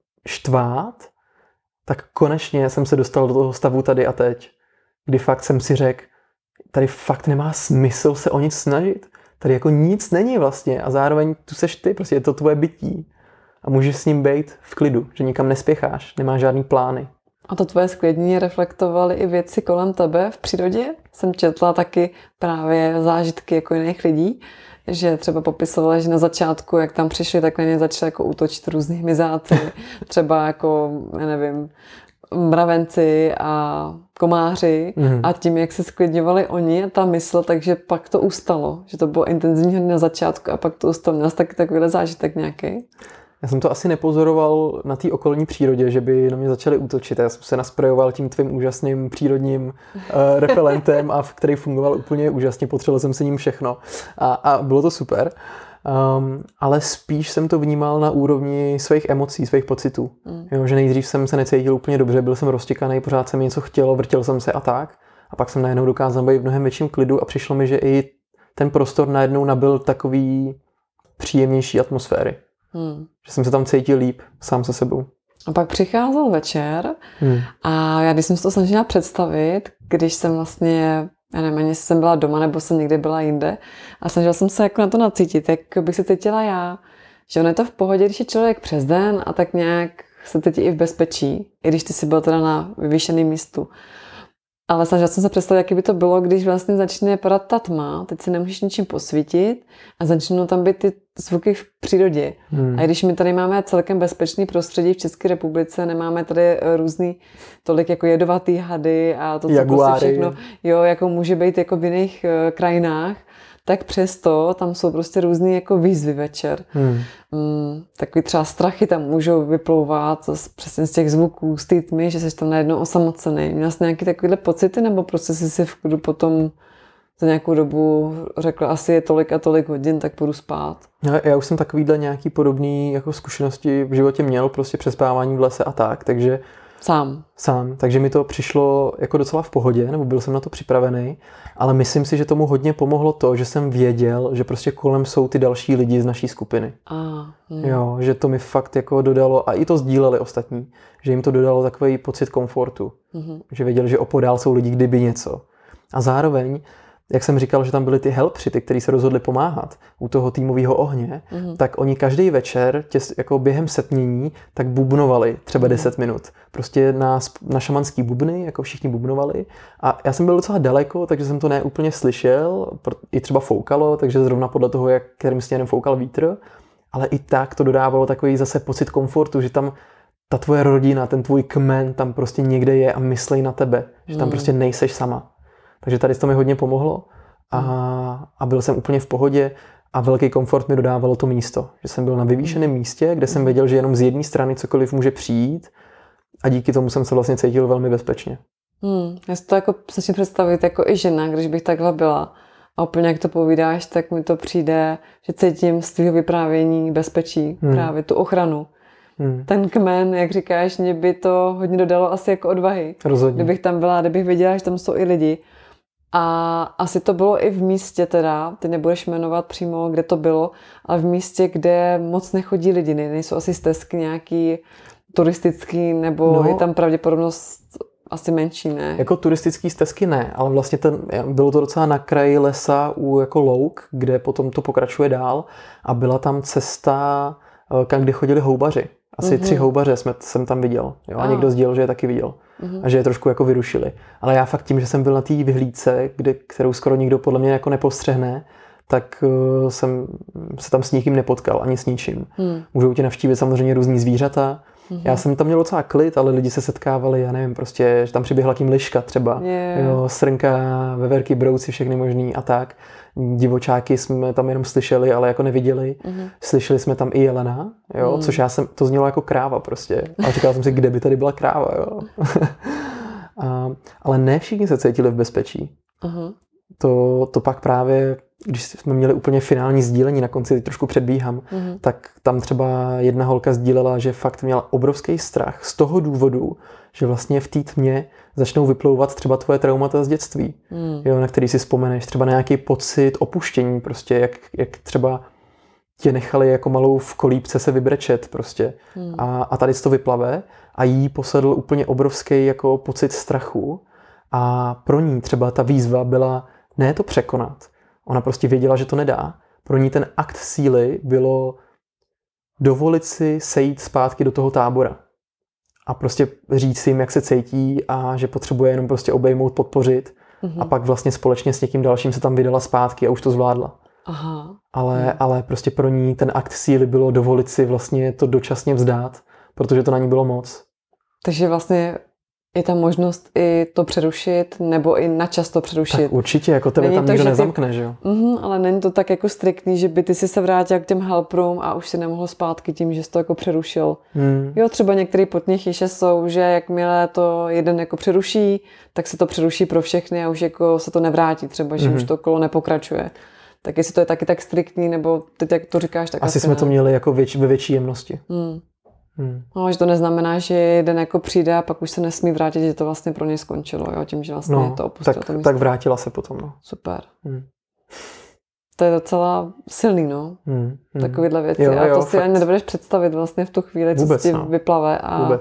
Speaker 1: štvát, tak konečně jsem se dostal do toho stavu tady a teď, kdy fakt jsem si řekl, tady fakt nemá smysl se o nic snažit. Tady jako nic není vlastně a zároveň tu seš ty, prostě je to tvoje bytí. A můžeš s ním být v klidu, že nikam nespěcháš, nemáš žádný plány.
Speaker 2: A to tvoje sklidnění reflektovaly i věci kolem tebe v přírodě? Jsem četla taky právě zážitky jako jiných lidí, že třeba popisovala, že na začátku, jak tam přišli, tak na ně začali jako útočit různý hmyzáci, třeba jako, já nevím, mravenci a komáři a tím, jak se sklidňovali oni a ta mysl, takže pak to ustalo, že to bylo intenzivní na začátku a pak to ustalo. Měl jsi taky takovýhle zážitek nějaký?
Speaker 1: Já jsem to asi nepozoroval na té okolní přírodě, že by na mě začali útočit. Já jsem se nasprejoval tím tvým úžasným přírodním repelentem, a který fungoval úplně úžasně. Potřeboval jsem si ním všechno. A bylo to super. Ale spíš jsem to vnímal na úrovni svých emocí, svých pocitů. Jo, že nejdřív jsem se necítil úplně dobře, byl jsem roztěkaný, pořád se mi něco chtělo, vrtěl jsem se a tak. A pak jsem najednou dokázal být v mnohem větším klidu a přišlo mi, že i ten prostor najednou nabyl takový příjemnější atmosféry. Že jsem se tam cítil líp sám se sebou.
Speaker 2: A pak přicházel večer a já když jsem si to snažila představit, když jsem vlastně, já nevím, ani jsem byla doma nebo jsem někde byla jinde a snažila jsem se jako na to nacítit, jak bych se cítila já. Že ono je to v pohodě, když je člověk přes den a tak nějak se cítí i v bezpečí, i když ty jsi byl teda na vyvýšeném místu. Ale snažila jsem se představit, jaký by to bylo, když vlastně začne padat ta tma, teď si nemůžeš ničím posvítit a začnou tam být ty zvuky v přírodě. A když my tady máme celkem bezpečný prostředí v České republice, nemáme tady různý tolik jako jedovatý hady a to, co prostě všechno, jo, jako může být jako v jiných krajinách, tak přesto tam jsou prostě různý jako výzvy večer. Takový třeba strachy tam můžou vyplouvat přesně z těch zvuků, z té tmy, že jsi tam najednou osamocený. Měl jsi nějaké takovéhle pocity, nebo prostě jsi si v klidu potom za nějakou dobu řekl, asi je tolik a tolik hodin, tak půjdu spát?
Speaker 1: Já už jsem takovýhle nějaký podobný jako zkušenosti v životě měl, prostě přespávání v lese a tak, takže Sám, takže mi to přišlo jako docela v pohodě, nebo byl jsem na to připravený, ale myslím si, že tomu hodně pomohlo to, že jsem věděl, že prostě kolem jsou ty další lidi z naší skupiny. Jo, že to mi fakt jako dodalo, a i to sdíleli ostatní, že jim to dodalo takový pocit komfortu, že věděli, že opodál jsou lidi, kdyby něco. A zároveň, jak jsem říkal, že tam byli ty helpři, ty, kteří se rozhodli pomáhat u toho týmového ohně, tak oni každý večer jako během setmění tak bubnovali třeba 10 minut. Prostě na šamanský bubny, jako všichni bubnovali. A já jsem byl docela daleko, takže jsem to ne úplně slyšel, i třeba foukalo, takže zrovna podle toho, kterým směrem foukal vítr, ale i tak to dodávalo takový zase pocit komfortu, že tam ta tvoje rodina, ten tvůj kmen tam prostě někde je a myslej na tebe, že tam prostě nejseš sama. Takže tady to mi hodně pomohlo a byl jsem úplně v pohodě a velký komfort mi dodávalo to místo. Že jsem byl na vyvýšeném místě, kde jsem věděl, že jenom z jedné strany cokoliv může přijít a díky tomu jsem se vlastně cítil velmi bezpečně.
Speaker 2: Já si to jako snažím představit jako i žena, když bych takhle byla a úplně jak to povídáš, tak mi to přijde, že cítím z tvého vyprávění bezpečí, právě tu ochranu. Ten kmen, jak říkáš, mě by to hodně dodalo asi jako odvahy.
Speaker 1: Rozhodně.
Speaker 2: Kdybych tam byla, kdybych věděla, že tam jsou i lidi. A asi to bylo i v místě teda, ty nebudeš jmenovat přímo, kde to bylo, ale v místě, kde moc nechodí lidi, nejsou asi stezky nějaký turistický, nebo je tam pravděpodobnost asi menší, ne?
Speaker 1: Jako turistický stezky ne, ale vlastně bylo to docela na kraji lesa u jako louk, kde potom to pokračuje dál a byla tam cesta, kde chodili houbaři. Asi 3 houbaře jsem tam viděl. Jo? A někdo sdělil, že je taky viděl. A že je trošku jako vyrušili. Ale já fakt tím, že jsem byl na té vyhlídce, kterou skoro nikdo podle mě jako nepostřehne, tak jsem se tam s nikým nepotkal, ani s ničím. Můžou tě navštívit samozřejmě různý zvířata. Já jsem tam měl docela klid, ale lidi se setkávali, já nevím, prostě, že tam přiběhla tím liška třeba. Jo, srnka, veverky, brouci, všechny možný a tak. Divočáky jsme tam jenom slyšeli, ale jako neviděli. Slyšeli jsme tam i jelena, jo, což to znělo jako kráva prostě. A říkal jsem si, kde by tady byla kráva, jo. Ale ne všichni se cítili v bezpečí. To pak právě, když jsme měli úplně finální sdílení, na konci trošku předbíhám, tak tam třeba jedna holka sdílela, že fakt měla obrovský strach z toho důvodu, že vlastně v té tmě začnou vyplouvat třeba tvoje traumata z dětství, jo, na který si vzpomeneš, třeba na nějaký pocit opuštění, prostě, jak třeba tě nechali jako malou v kolípce se vybrečet prostě. A tady to vyplave a jí posedl úplně obrovský jako pocit strachu a pro ní třeba ta výzva byla ne to překonat. Ona prostě věděla, že to nedá. Pro ní ten akt síly bylo dovolit si sejít zpátky do toho tábora. A prostě říct jim, jak se cítí a že potřebuje jenom prostě obejmout, podpořit. A pak vlastně společně s někým dalším se tam vydala zpátky a už to zvládla. Ale prostě pro ní ten akt síly bylo dovolit si vlastně to dočasně vzdát, protože to na ní bylo moc.
Speaker 2: Takže vlastně je tam možnost i to přerušit, nebo i načas to přerušit.
Speaker 1: Tak určitě, jako tebe tam nikdo nezamkne, že jo?
Speaker 2: Ale není to tak jako striktní, že by ty si se vrátil k těm helprům a už si nemohl zpátky tím, že jsi to jako přerušil. Jo, třeba některé potněchyše jsou, že jakmile to jeden jako přeruší, tak se to přeruší pro všechny a už jako se to nevrátí třeba, že už to kolo nepokračuje. Tak jestli to je taky tak striktní, nebo ty jak to říkáš, tak
Speaker 1: asi jsme to měli jako ve větší jemnosti.
Speaker 2: No, že to neznamená, že jeden jako přijde a pak už se nesmí vrátit, že to vlastně pro ně skončilo, jo, tím, že vlastně to opustil to místo.
Speaker 1: Tak vrátila se potom, no.
Speaker 2: Super. To je docela silný, no. Takovýhle věci.
Speaker 1: Jo,
Speaker 2: a to si
Speaker 1: fakt.
Speaker 2: ani nedovedeš představit vlastně v tu chvíli, co
Speaker 1: Vůbec,
Speaker 2: se ti vyplave.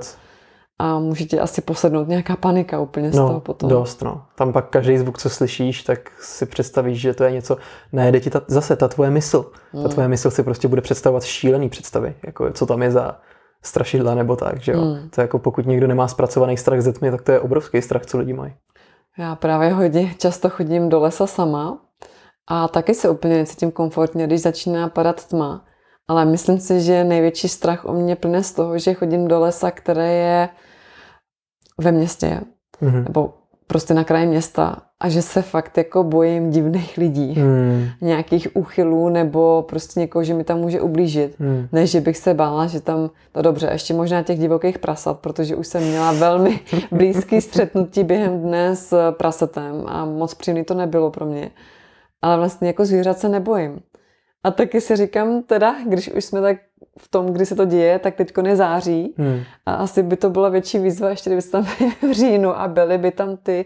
Speaker 2: A může ti asi posednout nějaká panika úplně z toho potom.
Speaker 1: Dost, no. Tam pak každý zvuk, co slyšíš, tak si představíš, že to je něco, nejde ti ta tvoje mysl. Ta tvoje mysl si prostě bude představovat šílený představy, jako co tam je za strašidla nebo tak, že jo. To je jako pokud někdo nemá zpracovaný strach ze tmy, tak to je obrovský strach, co lidi mají.
Speaker 2: Já právě hodně často chodím do lesa sama a taky se úplně necítím komfortně, když začíná padat tma. Ale myslím si, že největší strach o mě plyne z toho, že chodím do lesa, které je ve městě, nebo prostě na kraji města a že se fakt jako bojím divných lidí, nějakých úchylů nebo prostě někoho, že mi tam může ublížit. Ne, že bych se bála, že tam, no dobře, ještě možná těch divokých prasat, protože už jsem měla velmi blízký střetnutí během dne s prasetem a moc příjemný to nebylo pro mě. Ale vlastně jako zvířat se nebojím. A taky si říkám teda, když už jsme tak v tom, kdy se to děje, tak teďko nezáří. A asi by to byla větší výzva, ještě kdyby se tam v říjnu a byly by tam ty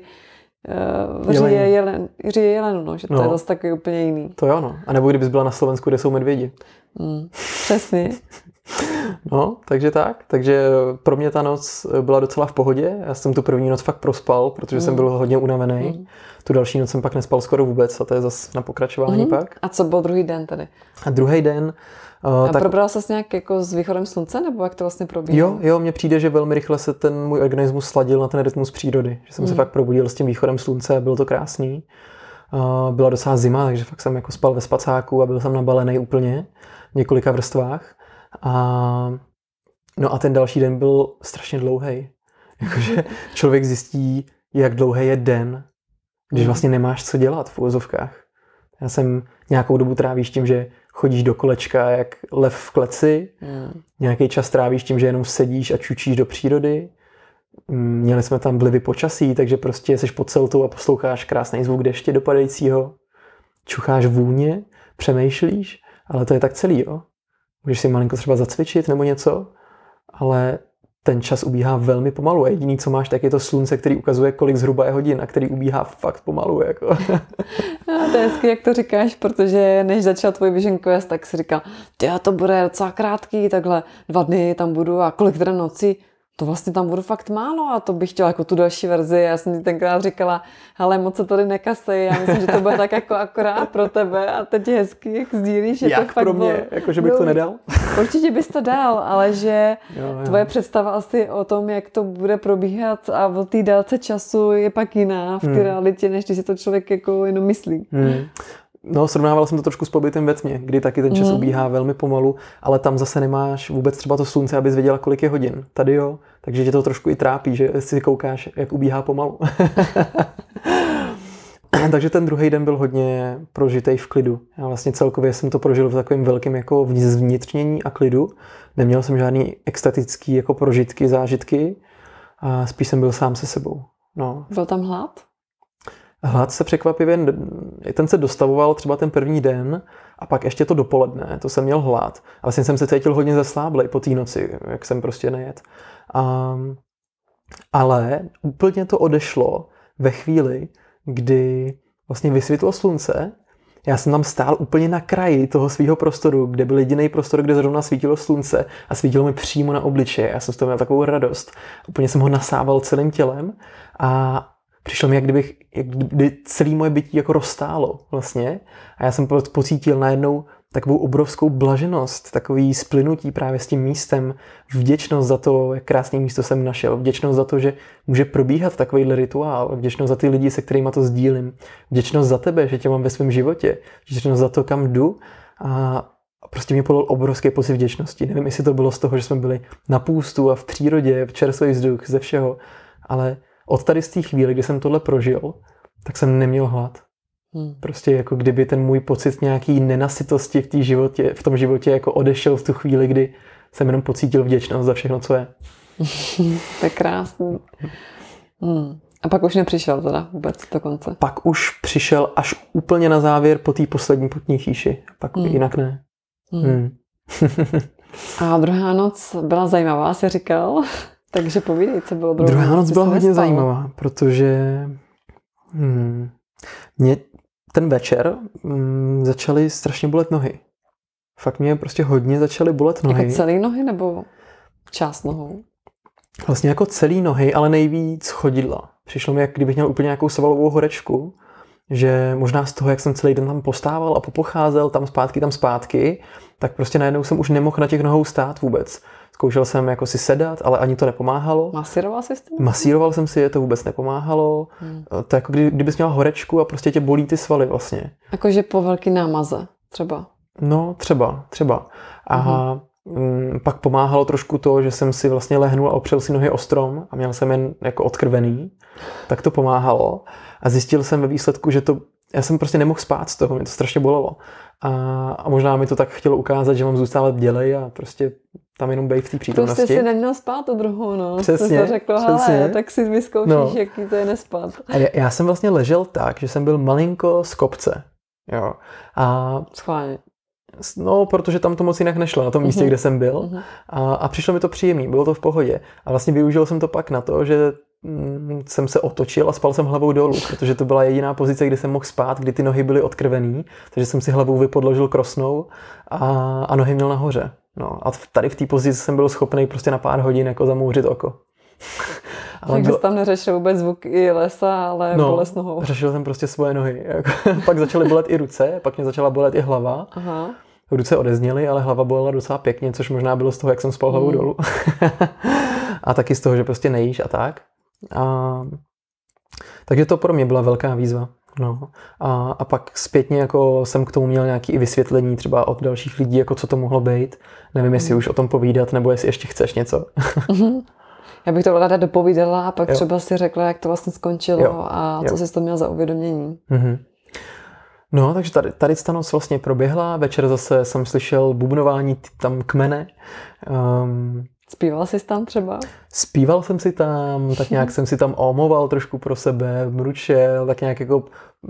Speaker 2: říje jelenu, no, že to je zase takový úplně jiný.
Speaker 1: To jo, no. A nebo kdybys byla na Slovensku, kde jsou medvědi.
Speaker 2: Přesně.
Speaker 1: No, takže tak. Takže pro mě ta noc byla docela v pohodě. Já jsem tu první noc fakt prospal, protože jsem byl hodně unavený. Tu další noc jsem pak nespal skoro vůbec a to je zase na pokračování pak.
Speaker 2: A co byl druhý den tady?
Speaker 1: A druhý den...
Speaker 2: A probral ses nějak jako s východem slunce, nebo jak to vlastně probíhalo?
Speaker 1: Jo, mně přijde, že velmi rychle se ten můj organismus sladil na ten rytmus přírody. Že jsem se fakt probudil s tím východem slunce a bylo to krásný. Byla docela zima, takže fakt jsem jako spal ve spacáku a byl jsem nabalený úplně v několika vrstvách. No a ten další den byl strašně dlouhý. Jakože člověk zjistí, jak dlouhý je den, když vlastně nemáš co dělat v uvozovkách. Já jsem nějakou dobu trávíš tím, že chodíš do kolečka jak lev v kleci, nějaký čas trávíš tím, že jenom sedíš a čučíš do přírody. Měli jsme tam vlivy počasí, takže prostě jsi pod celtou a posloucháš krásný zvuk deště dopadajícího, čucháš vůně, přemýšlíš, ale to je tak celý, jo. Můžeš si malinko třeba zacvičit nebo něco, ale ten čas ubíhá velmi pomalu a jediný, co máš, tak je to slunce, který ukazuje, kolik zhruba je hodin a který ubíhá fakt pomalu. Jako.
Speaker 2: To je hezky, jak to říkáš, protože než začal tvůj Vision Quest, tak si říkal, to bude docela krátký, takhle 2 dny tam budu a kolik teda nocí, to vlastně tam budu fakt málo a to bych chtěla jako tu další verzi. Já jsem ti tenkrát říkala, hele, moc se tady nekasej, já myslím, že to bude tak jako akorát pro tebe a teď je hezky, jak sdílíš. Že
Speaker 1: jak
Speaker 2: to fakt
Speaker 1: pro mě, jako že bych to nedal?
Speaker 2: Určitě bys to dal, ale že tvoje představa asi o tom, jak to bude probíhat a o té délce času je pak jiná v té realitě, než když si to člověk jako jenom myslí.
Speaker 1: No, srovnával jsem to trošku s pobytem ve tmě, kdy taky ten čas ubíhá velmi pomalu, ale tam zase nemáš vůbec třeba to slunce, abys věděla, kolik je hodin. Tady jo, takže tě to trošku i trápí, že si koukáš, jak ubíhá pomalu. Takže ten druhý den byl hodně prožitej v klidu. Já vlastně celkově jsem to prožil v takovém velkém jako zvnitřnění a klidu. Neměl jsem žádný extatický jako prožitky, zážitky a spíš jsem byl sám se sebou. No.
Speaker 2: Byl tam hlad?
Speaker 1: Hlad se překvapivě, ten se dostavoval třeba ten první den a pak ještě to dopoledne, to jsem měl hlad. A vlastně jsem se cítil hodně zasláblej po té noci, jak jsem prostě nejet. Ale úplně to odešlo ve chvíli, kdy vlastně vysvětlo slunce. Já jsem tam stál úplně na kraji toho svého prostoru, kde byl jediný prostor, kde zrovna svítilo slunce a svítilo mi přímo na obličeje. Já jsem z toho měl takovou radost. Úplně jsem ho nasával celým tělem a přišlo mi, jak kdyby celé moje bytí jako roztálo vlastně. A já jsem pocítil najednou takovou obrovskou blaženost, takový splynutí právě s tím místem, vděčnost za to, jak krásné místo jsem našel, vděčnost za to, že může probíhat takovýhle rituál, vděčnost za ty lidi, se kterými to sdílím, vděčnost za tebe, že tě mám ve svém životě, vděčnost za to, kam jdu a prostě mě podal obrovský pocit vděčnosti. Nevím, jestli to bylo z toho, že jsme byli na půstu a v přírodě, v čerstvý vzduch, ze všeho, ale od tady z té chvíle, kdy jsem tohle prožil, tak jsem neměl hlad. Prostě jako kdyby ten můj pocit nějaký nenasytosti v tom životě jako odešel v tu chvíli, kdy jsem jenom pocítil vděčnost za všechno, co je.
Speaker 2: To je krásný. A pak už nepřišel teda vůbec do konce?
Speaker 1: Pak už přišel až úplně na závěr po té poslední potní chýši. Pak jinak ne.
Speaker 2: A druhá noc byla zajímavá, jsi říkal. Takže povídej, co bylo
Speaker 1: druhá noc byla hodně zajímavá, protože mě ten večer začaly strašně bolet nohy. Fakt mě prostě hodně začaly bolet nohy.
Speaker 2: Jako celý nohy nebo část nohou?
Speaker 1: Vlastně jako celý nohy, ale nejvíc chodidla. Přišlo mi, jak kdybych měl úplně nějakou svalovou horečku, že možná z toho, jak jsem celý den tam postával a popocházel tam zpátky, tak prostě najednou jsem už nemohl na těch nohou stát vůbec. Zkoušel jsem jako si sedat, ale ani to nepomáhalo.
Speaker 2: Masíroval jsi to?
Speaker 1: Masíroval jsem si je, to vůbec nepomáhalo. To jako kdybys měl horečku a prostě tě bolí ty svaly vlastně.
Speaker 2: Jakože po velký námaze třeba.
Speaker 1: No, třeba. A pak pomáhalo trošku to, že jsem si vlastně lehnul a opřel si nohy o strom a měl jsem jen jako odkrvený. Tak to pomáhalo. A zjistil jsem ve výsledku, že já jsem prostě nemohl spát z toho, mě to strašně bolelo. A možná mi to tak chtělo ukázat, že mám zůstávat v dělej a prostě tam jenom být v té přítomnosti.
Speaker 2: Prostě si neměl spát tu druhou noc.
Speaker 1: Přesně.
Speaker 2: To řekl, hele, tak si vyzkoušíš, jaký to je nespat.
Speaker 1: A já jsem vlastně ležel tak, že jsem byl malinko z kopce. Jo. A
Speaker 2: schválně.
Speaker 1: No, protože tam to moc jinak nešlo na tom místě, kde jsem byl. A přišlo mi to příjemný, bylo to v pohodě. A vlastně využil jsem to pak na to, že jsem se otočil a spal jsem hlavou dolů, protože to byla jediná pozice, kde jsem mohl spát, kdy ty nohy byly odkrvený, takže jsem si hlavou vypodložil krosnou a nohy měl nahoře. No, a tady v té pozici jsem byl schopný prostě na pár hodin jako zamouřit oko.
Speaker 2: Takže jsi tam neřešil vůbec zvuky lesa, ale bolest nohou.
Speaker 1: Řešil jsem prostě svoje nohy. Pak začaly bolet i ruce, pak mě začala bolet i hlava. Aha. Ruce odezněly, ale hlava bolela docela pěkně, což možná bylo z toho, jak jsem spal hlavou dolů. A taky z toho, že prostě nejíš a tak. Takže to pro mě byla velká výzva. No. A pak zpětně jako jsem k tomu měl nějaké i vysvětlení třeba od dalších lidí, jako co to mohlo být. Nevím, jestli už o tom povídat, nebo jestli ještě chceš něco.
Speaker 2: Já bych to ráda dopovídala a pak třeba si řekla, jak to vlastně skončilo a co jsi to měl za uvědomění.
Speaker 1: No, takže tady ta noc vlastně proběhla. Večer zase jsem slyšel bubnování tam kmene.
Speaker 2: Zpíval jsi tam třeba?
Speaker 1: Zpíval jsem si tam, tak nějak jsem si tam omoval trošku pro sebe, mručel, tak nějak jako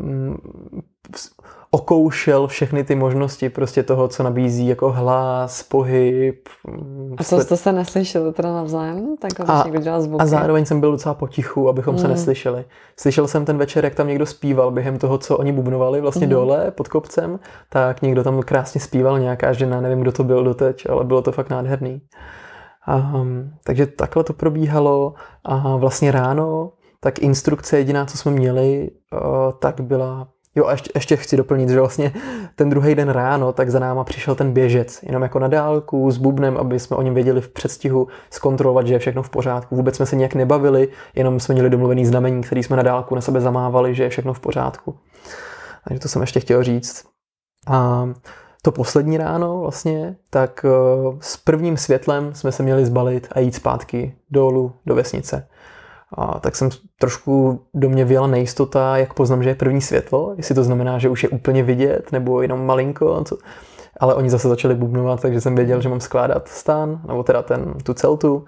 Speaker 1: okoušel všechny ty možnosti prostě toho, co nabízí jako hlas, pohyb.
Speaker 2: A to se neslyšeli teda navzájem? Tak když někdo dělal zvuky.
Speaker 1: A zároveň jsem byl docela potichu, abychom se neslyšeli. Slyšel jsem ten večer, jak tam někdo zpíval během toho, co oni bubnovali vlastně dole pod kopcem, tak někdo tam krásně zpíval, nějaká žena, nevím, kdo to byl doteď, ale bylo to fakt nádherný. Takže takhle to probíhalo a vlastně ráno, tak instrukce jediná, co jsme měli, tak byla, a ještě chci doplnit, že vlastně ten druhý den ráno, tak za náma přišel ten běžec, jenom jako na dálku s bubnem, aby jsme o něm věděli v předstihu zkontrolovat, že je všechno v pořádku. Vůbec jsme se nějak nebavili, jenom jsme měli domluvený znamení, který jsme na dálku na sebe zamávali, že je všechno v pořádku. Takže to jsem ještě chtěl říct. A to poslední ráno vlastně, tak s prvním světlem jsme se měli zbalit a jít zpátky dolů do vesnice. A tak jsem trošku do mě vyjela nejistota, jak poznám, že je první světlo, jestli to znamená, že už je úplně vidět, nebo jenom malinko. Ale oni zase začali bubnovat, takže jsem věděl, že mám skládat stan, nebo teda tu celtu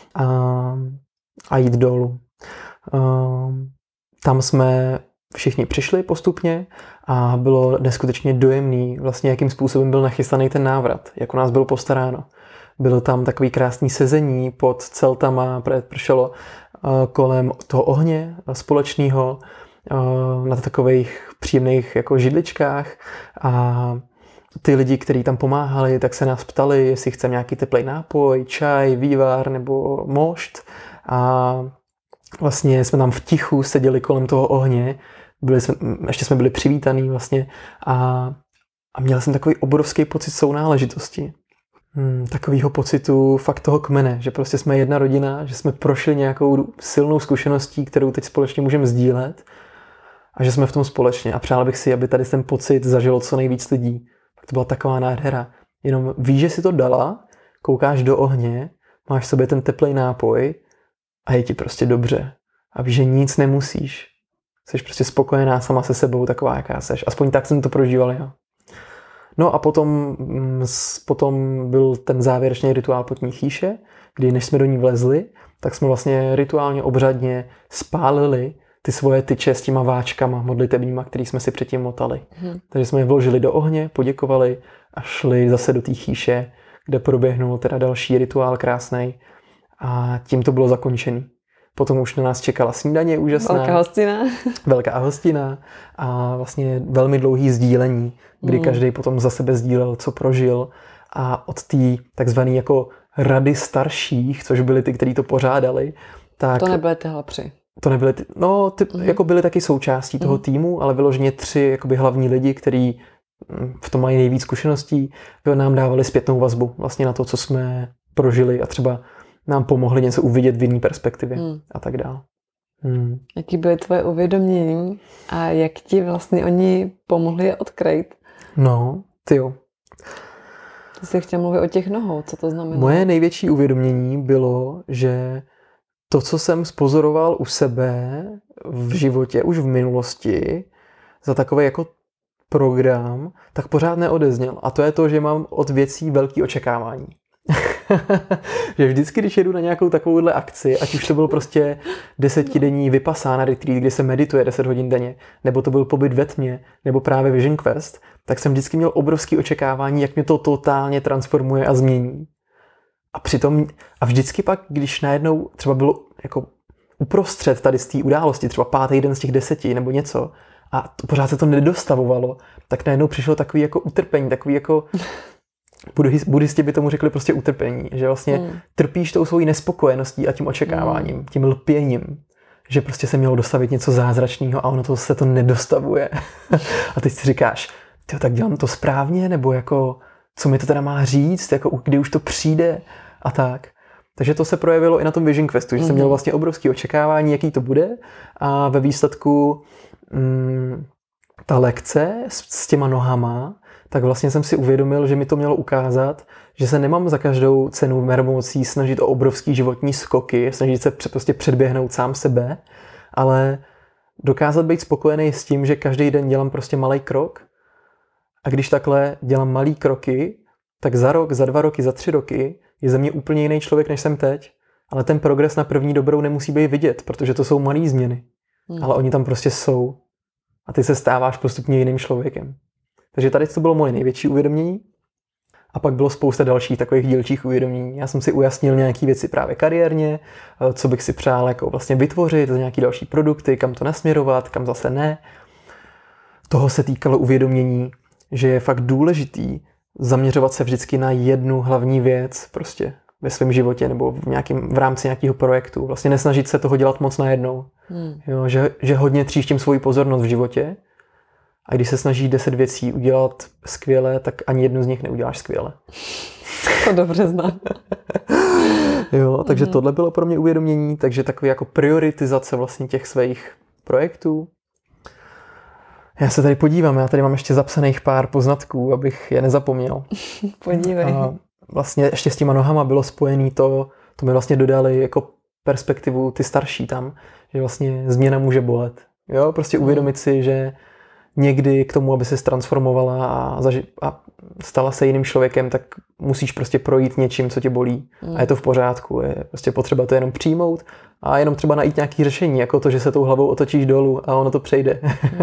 Speaker 1: a jít dolů. Tam jsme všichni přišli postupně a bylo neskutečně dojemný, vlastně jakým způsobem byl nachystaný ten návrat, jak u nás bylo postaráno. Bylo tam takový krásný sezení pod celtama, pršelo kolem toho ohně společného, na takových příjemných jako židličkách a ty lidi, kteří tam pomáhali, tak se nás ptali, jestli chceme nějaký teplý nápoj, čaj, vývar nebo mošt a vlastně jsme tam v tichu seděli kolem toho ohně, ještě jsme byli přivítaný vlastně a měl jsem takový obrovský pocit sounáležitosti. Takovýho pocitu fakt toho kmene, že prostě jsme jedna rodina, že jsme prošli nějakou silnou zkušeností, kterou teď společně můžeme sdílet a že jsme v tom společně. A přál bych si, aby tady ten pocit zažilo co nejvíc lidí. To byla taková nádhera. Jenom víš, že si to dala, koukáš do ohně, máš v sobě ten teplej nápoj a je ti prostě dobře. A víš, že nic nemusíš. Jsi prostě spokojená sama se sebou, taková, jaká seš. Aspoň tak jsem to prožíval já. No a potom byl ten závěrečný rituál potní chýše, kdy než jsme do ní vlezli, tak jsme vlastně rituálně obřadně spálili ty svoje tyče s těma váčkama modlitebníma, který jsme si předtím motali. Takže jsme je vložili do ohně, poděkovali a šli zase do té chýše, kde proběhnul teda další rituál krásnej a tím to bylo zakončený. Potom už na nás čekala snídaně úžasná. Velká hostina a vlastně velmi dlouhý sdílení, kdy každý potom za sebe sdílel, co prožil a od té takzvané jako rady starších, což byli ty, kteří to pořádali. Tak
Speaker 2: to nebyly ty hlavři.
Speaker 1: To nebyly jako byli taky součástí toho týmu, ale vyloženě 3 jakoby hlavní lidi, kteří v tom mají nejvíc zkušeností, nám dávali zpětnou vazbu vlastně na to, co jsme prožili a třeba nám pomohli něco uvidět v jiné perspektivě a tak dále.
Speaker 2: Jaký byly tvoje uvědomění a jak ti vlastně oni pomohli je odkryt?
Speaker 1: No, tyjo.
Speaker 2: Ty jsi chtěl mluvit o těch nohou, co to znamená?
Speaker 1: Moje největší uvědomění bylo, že to, co jsem spozoroval u sebe v životě, už v minulosti, za takový jako program, tak pořád neodezněl. A to je to, že mám od věcí velký očekávání. Že vždycky, když jedu na nějakou takovouhle akci, ať už to byl prostě 10denní Vipassana retreat, kde se medituje 10 hodin denně, nebo to byl pobyt ve tmě, nebo právě Vision Quest, tak jsem vždycky měl obrovské očekávání, jak mě to totálně transformuje a změní. A vždycky pak, když najednou třeba bylo jako uprostřed tady z té události, třeba 5. den z těch 10 nebo něco, a pořád se to nedostavovalo, tak najednou přišlo takový jako utrpení, takový jako buddhisti by tomu řekli prostě utrpení, že vlastně trpíš tou svojí nespokojeností a tím očekáváním, tím lpěním, že prostě se mělo dostavit něco zázračného a ono to se to nedostavuje. A teď si říkáš, tyjo, tak dělám to správně, nebo jako, co mi to teda má říct, jako kdy už to přijde a tak. Takže to se projevilo i na tom Vision Questu, že jsem měl vlastně obrovské očekávání, jaký to bude a ve výsledku ta lekce s těma nohama, tak vlastně jsem si uvědomil, že mi to mělo ukázat, že se nemám za každou cenu mermocí snažit o obrovský životní skoky, snažit se prostě předběhnout sám sebe, ale dokázat být spokojený s tím, že každý den dělám prostě malý krok a když takhle dělám malý kroky, tak za rok, za 2 roky, za 3 roky je ze mě úplně jiný člověk, než jsem teď, ale ten progres na první dobrou nemusí být vidět, protože to jsou malý změny, ale oni tam prostě jsou a ty se stáváš postupně jiným člověkem. Takže tady to bylo moje největší uvědomění. A pak bylo spousta dalších takových dílčích uvědomění. Já jsem si ujasnil nějaké věci právě kariérně, co bych si přál jako vlastně vytvořit, nějaké další produkty, kam to nasměrovat, kam zase ne. Toho se týkalo uvědomění, že je fakt důležitý zaměřovat se vždycky na jednu hlavní věc prostě ve svém životě nebo v rámci nějakého projektu. Vlastně nesnažit se toho dělat moc najednou. Jo, že hodně tříštím svoji pozornost v životě. A když se snaží 10 věcí udělat skvěle, tak ani jednu z nich neuděláš skvěle.
Speaker 2: To dobře znám.
Speaker 1: Jo, takže tohle bylo pro mě uvědomění, takže takový jako prioritizace vlastně těch svých projektů. Já se tady podívám, já tady mám ještě zapsaných pár poznatků, abych je nezapomněl.
Speaker 2: Podívej.
Speaker 1: A vlastně ještě s těma nohama bylo spojený to mi vlastně dodali jako perspektivu ty starší tam, že vlastně změna může bolet. Jo, prostě uvědomit si, že někdy k tomu, aby se transformovala a stala se jiným člověkem, tak musíš prostě projít něčím, co tě bolí. A je to v pořádku. Je prostě potřeba to jenom přijmout a jenom třeba najít nějaké řešení, jako to, že se tou hlavou otočíš dolů a ono to přejde.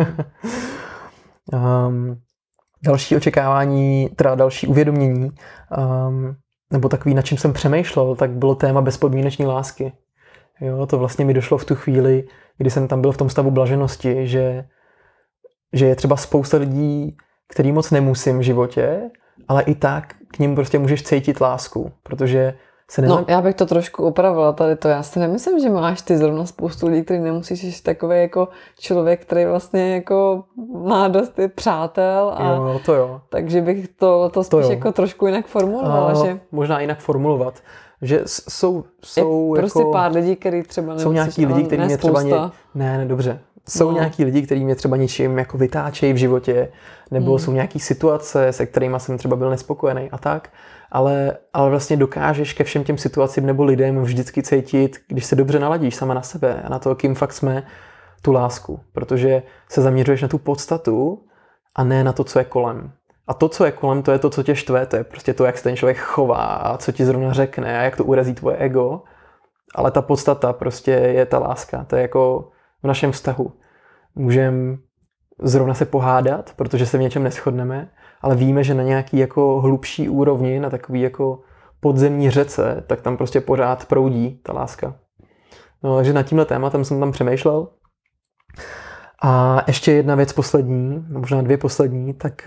Speaker 1: Další očekávání, teda další uvědomění, nebo takový, nad čím jsem přemýšlel, tak bylo téma bezpodmínečné lásky. Jo, to vlastně mi došlo v tu chvíli, kdy jsem tam byl v tom stavu blaženosti, že je třeba spousta lidí, který moc nemusím v životě, ale i tak k nim prostě můžeš cítit lásku, protože se
Speaker 2: No, já bych to trošku opravila tady to. Já si nemyslím, že máš ty zrovna spoustu lidí, který nemusíš, jsi takový jako člověk, který vlastně jako má dost přátel a
Speaker 1: jo, to jo.
Speaker 2: Takže bych to spíš jako trošku jinak formulovala, že
Speaker 1: možná jinak formulovat, že jsou
Speaker 2: prostě
Speaker 1: jako
Speaker 2: pár lidí, který třeba nemusíš,
Speaker 1: jsou nějaký lidi, kteří mě třeba ne, dobře. Jsou nějaký lidi, kteří mě třeba ničím jako vytáčejí v životě, nebo jsou nějaký situace, se kterými jsem třeba byl nespokojený a tak, ale vlastně dokážeš ke všem těm situacím nebo lidem vždycky cítit, když se dobře naladíš sama na sebe a na to, kým fakt jsme, tu lásku, protože se zaměřuješ na tu podstatu a ne na to, co je kolem. A to, co je kolem, to je to, co tě štve, to je prostě to, jak se ten člověk chová a co ti zrovna řekne a jak to urazí tvoje ego, ale ta podstata prostě je ta láska, to je jako v našem vztahu. Můžeme zrovna se pohádat, protože se v něčem neshodneme, ale víme, že na nějaký jako hlubší úrovni, na takový jako podzemní řece, tak tam prostě pořád proudí ta láska. No, takže nad tímhle tématem jsem tam přemýšlel. A ještě jedna věc poslední, možná 2 poslední, tak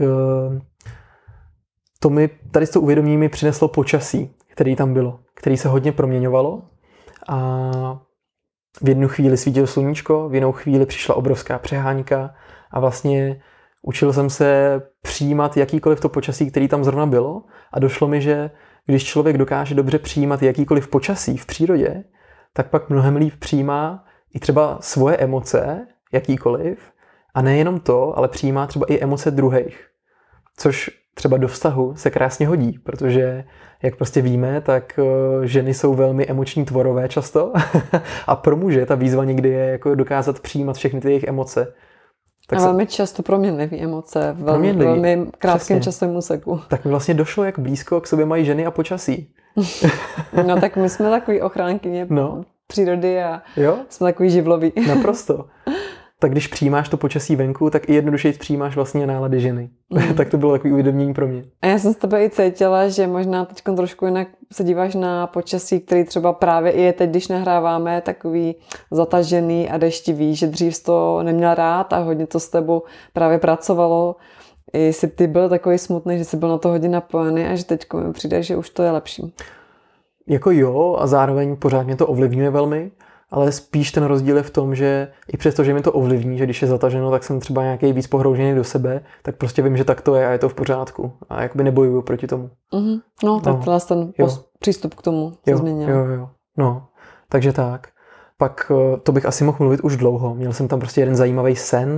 Speaker 1: to mi tady s tou uvědomění mi přineslo počasí, který tam bylo, který se hodně proměňovalo a v jednu chvíli svítilo sluníčko, v jinou chvíli přišla obrovská přehánka a vlastně učil jsem se přijímat jakýkoliv to počasí, který tam zrovna bylo a došlo mi, že když člověk dokáže dobře přijímat jakýkoliv počasí v přírodě, tak pak mnohem líp přijímá i třeba svoje emoce, jakýkoliv, a nejenom to, ale přijímá třeba i emoce druhých. Což třeba do vztahu se krásně hodí, protože jak prostě víme, tak ženy jsou velmi emoční tvorové často a pro muže ta výzva někdy je jako dokázat přijímat všechny ty jejich emoce.
Speaker 2: Tak a velmi často proměnlivý emoce, velmi krátkém časovém úseku.
Speaker 1: Tak mi vlastně došlo, jak blízko k sobě mají ženy a počasí.
Speaker 2: No tak my jsme takový ochránkyně přírody a jsme takový živloví.
Speaker 1: Naprosto. Tak když přijímáš to počasí venku, tak i jednodušeji přijímáš vlastně nálady ženy. Tak to bylo takový uvědomění pro mě.
Speaker 2: A já jsem s tebe i cítila, že možná teď trošku jinak se díváš na počasí, který třeba právě i je teď, když nahráváme, takový zatažený a deštivý, že dřív jsi to neměl rád a hodně to s tebou právě pracovalo. I jsi ty byl takový smutný, že jsi byl na to hodně napojený a že teď mi přijde, že už to je lepší.
Speaker 1: Jako jo, a zároveň pořád mě to ovlivňuje velmi, ale spíš ten rozdíl je v tom, že i přesto, že mi to ovlivní, že když je zataženo, tak jsem třeba nějaký víc pohroužený do sebe, tak prostě vím, že tak to je a je to v pořádku. A jakoby nebojuju proti tomu.
Speaker 2: Mm-hmm. No, tak ten přístup k tomu se změnil.
Speaker 1: Jo. No, takže tak. Pak to bych asi mohl mluvit už dlouho. Měl jsem tam prostě jeden zajímavý sen,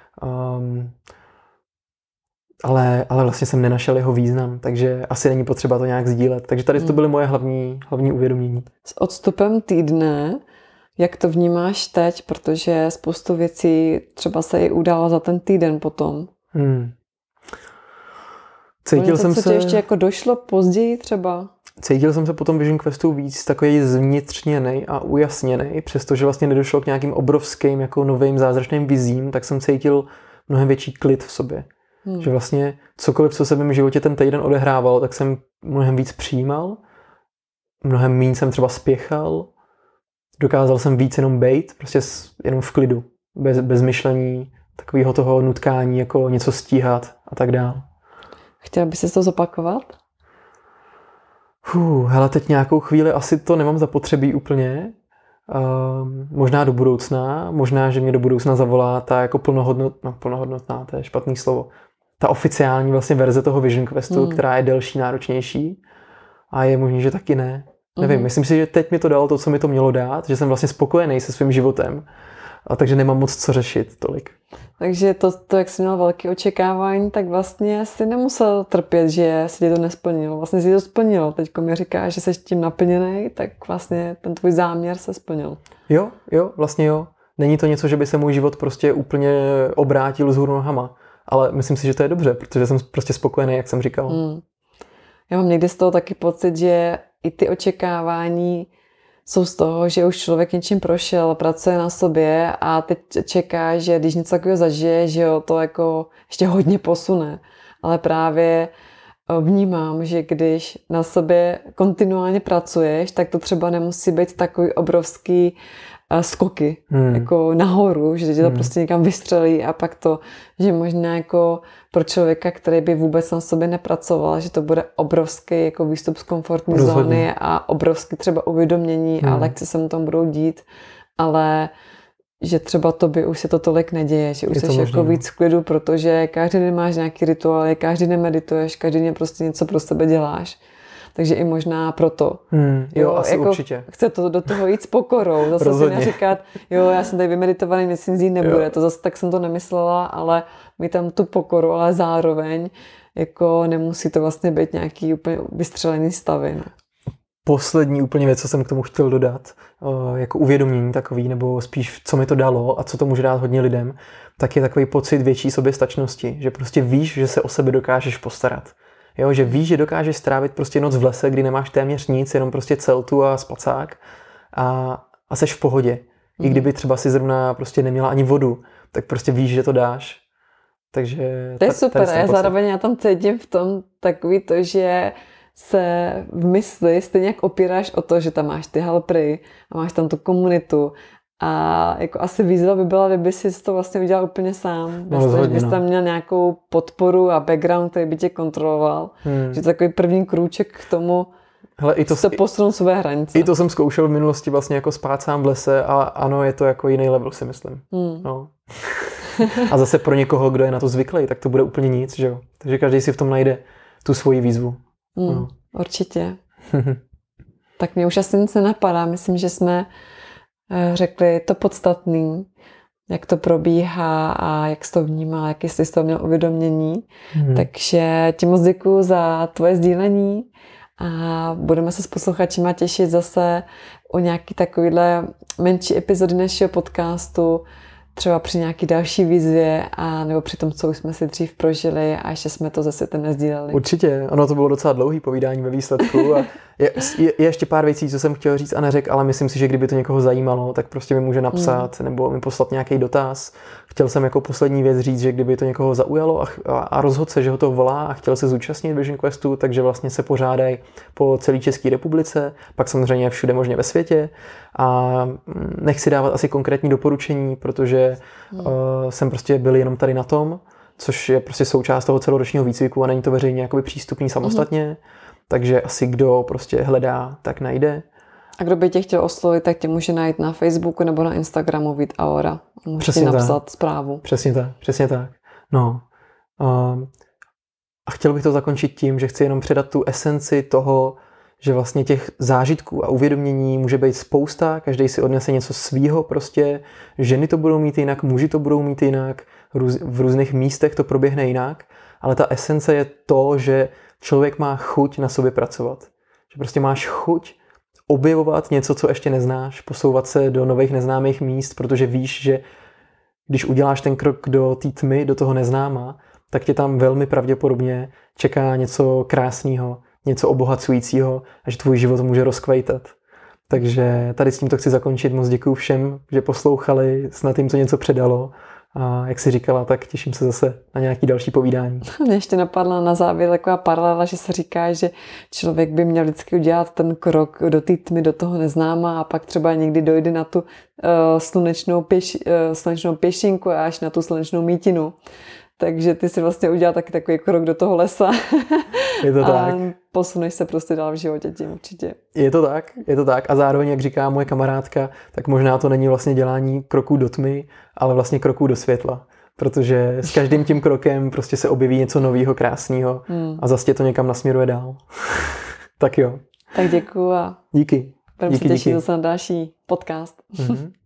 Speaker 1: ale vlastně jsem nenašel jeho význam, takže asi není potřeba to nějak sdílet. Takže tady to byly moje hlavní uvědomění.
Speaker 2: S odstupem týdne, jak to vnímáš teď, protože spoustu věcí třeba se i událo za ten týden potom.
Speaker 1: Cítil jsem se...
Speaker 2: ještě jako došlo později třeba?
Speaker 1: Cítil jsem se po tom Vision Questu víc takový zvnitřněnej a ujasněnej, přestože vlastně nedošlo k nějakým obrovským jako novým zázračným vizím, tak jsem cítil mnohem větší klid v sobě. Že vlastně cokoliv, co se v mém životě ten týden odehrával, tak jsem mnohem víc přijímal, mnohem méně jsem třeba spěchal, dokázal jsem víc jenom bejt, prostě jenom v klidu, bez myšlení, takového toho nutkání, jako něco stíhat a tak dál.
Speaker 2: Chtěla bys si to zopakovat?
Speaker 1: Hele, teď nějakou chvíli asi to nemám zapotřebí úplně. Možná do budoucna, možná, že mě do budoucna zavolá ta jako plnohodnotná, to je špatný slovo, ta oficiální vlastně verze toho Vision Questu, která je delší, náročnější a je možný, že taky ne. Nevím, myslím si, že teď mi to dalo to, co mi to mělo dát, že jsem vlastně spokojený se svým životem, a takže nemám moc co řešit tolik.
Speaker 2: Takže to, jak jsi měl velké očekávání, tak vlastně si nemusel trpět, že si to nesplnilo. Vlastně si to splnilo. Teď mi říkáš, že jsi tím naplněný, tak vlastně ten tvůj záměr se splnil.
Speaker 1: Jo, vlastně jo. Není to něco, že by se můj život prostě úplně obrátil vzhůru nohama. Ale myslím si, že to je dobře, protože jsem prostě spokojený, jak jsem říkal.
Speaker 2: Já mám někdy z toho taky pocit, že i ty očekávání jsou z toho, že už člověk něčím prošel, pracuje na sobě a teď čeká, že když něco takového zažije, že ho to jako ještě hodně posune. Ale právě vnímám, že když na sobě kontinuálně pracuješ, tak to třeba nemusí být takový obrovský skoky jako nahoru, že tě to prostě někam vystřelí a pak to, že možná jako pro člověka, který by vůbec na sobě nepracoval, že to bude obrovský jako výstup z komfortní zóny a obrovský třeba uvědomění a lekce se mu tam budou dít, ale že třeba tobě už se to tolik neděje, že už jsi jako víc v klidu, protože každý den máš nějaký rituály, každý den medituješ, každý den prostě něco pro sebe děláš. Takže i možná proto.
Speaker 1: Jo, asi jako určitě.
Speaker 2: Chce to do toho jít s pokorou. Zase rozhodně. Si neříkat, jo, já jsem tady vymeditovaný, nic z ní nebude. To zase tak jsem to nemyslela, ale my tam tu pokoru, ale zároveň jako nemusí to vlastně být nějaký úplně vystřelený stavy. No.
Speaker 1: Poslední úplně věc, co jsem k tomu chtěl dodat, jako uvědomění takový, nebo spíš co mi to dalo a co to může dát hodně lidem, tak je takový pocit větší soběstačnosti, že prostě víš, že se o sebe dokážeš postarat. Jo, že víš, že dokážeš strávit prostě noc v lese, kdy nemáš téměř nic, jenom prostě celtu a spacák a seš v pohodě. I kdyby třeba si zrovna prostě neměla ani vodu, tak prostě víš, že to dáš. Takže
Speaker 2: to je super. Já zároveň já tam cítím v tom takový to, že se v mysli stejně jak opíráš o to, že tam máš ty helpery a máš tam tu komunitu. A jako asi výzva by byla, kdyby si to vlastně udělal úplně sám. Že bys tam měl nějakou podporu a background, který by tě kontroloval. Že to takový první krůček k tomu, se posunout své hranice.
Speaker 1: I to jsem zkoušel v minulosti vlastně jako spát sám v lese a ano, je to jako jiný level, si myslím. No. A zase pro někoho, kdo je na to zvyklý, tak to bude úplně nic, že jo. Takže každý si v tom najde tu svoji výzvu. No.
Speaker 2: Určitě. Tak mě už asi nic nenapadá. Myslím, že jsme řekli to podstatný, jak to probíhá a jak jsi to vnímal, jaký jsi z toho měl uvědomění. Takže ti moc děkuju za tvoje sdílení a budeme se s posluchačima těšit zase o nějaký takovýhle menší epizody našeho podcastu, třeba při nějaký další výzvě a nebo při tom, co už jsme si dřív prožili a ještě jsme to se světem nezdíleli.
Speaker 1: Určitě, ono to bylo docela dlouhý povídání ve výsledku a je ještě pár věcí, co jsem chtěl říct a neřekl, ale myslím si, že kdyby to někoho zajímalo, tak prostě mi může napsat nebo mi poslat nějaký dotaz. Chtěl jsem jako poslední věc říct, že kdyby to někoho zaujalo a rozhodl se, že ho to volá a chtěl se zúčastnit Vision Questu, takže vlastně se pořádají po celé České republice, pak samozřejmě všude možně ve světě a nechci dávat asi konkrétní doporučení, protože jsem prostě byl jenom tady na tom, což je prostě součást toho celoročního výcviku a není to veřejně jakoby přístupný samostatně, takže asi kdo prostě hledá, tak najde.
Speaker 2: A kdo by tě chtěl oslovit, tak tě může najít na Facebooku nebo na Instagramu Vít Aura. Můžeš ti napsat zprávu.
Speaker 1: Přesně tak. No. A chtěl bych to zakončit tím, že chci jenom předat tu esenci toho, že vlastně těch zážitků a uvědomění může být spousta, každý si odnese něco svýho prostě, ženy to budou mít jinak, muži to budou mít jinak, v různých místech to proběhne jinak, ale ta esence je to, že člověk má chuť na sobě pracovat. Že prostě máš chuť objevovat něco, co ještě neznáš, posouvat se do nových neznámých míst, protože víš, že když uděláš ten krok do té tmy, do toho neznáma, tak tě tam velmi pravděpodobně čeká něco krásného, něco obohacujícího a že tvůj život může rozkvejtat. Takže tady s tímto chci zakončit. Moc děkuju všem, že poslouchali, snad jim to něco předalo. A jak jsi říkala, tak těším se zase na nějaký další povídání.
Speaker 2: Mě ještě napadla na závěr taková paralela, že se říká, že člověk by měl vždycky udělat ten krok do té tmy, do toho neznáma a pak třeba někdy dojde na tu slunečnou pěšinku a až na tu slunečnou mítinu. Takže ty si vlastně udělal taky takový krok do toho lesa.
Speaker 1: Je to tak.
Speaker 2: Posuneš se prostě dál v životě tím určitě.
Speaker 1: Je to tak. A zároveň, jak říká moje kamarádka, tak možná to není vlastně dělání kroků do tmy, ale vlastně kroků do světla. Protože s každým tím krokem prostě se objeví něco nového, krásného a zase tě to někam nasměruje dál. Tak jo.
Speaker 2: Tak děkuju a
Speaker 1: díky.
Speaker 2: Budeme se těšit zase na další podcast.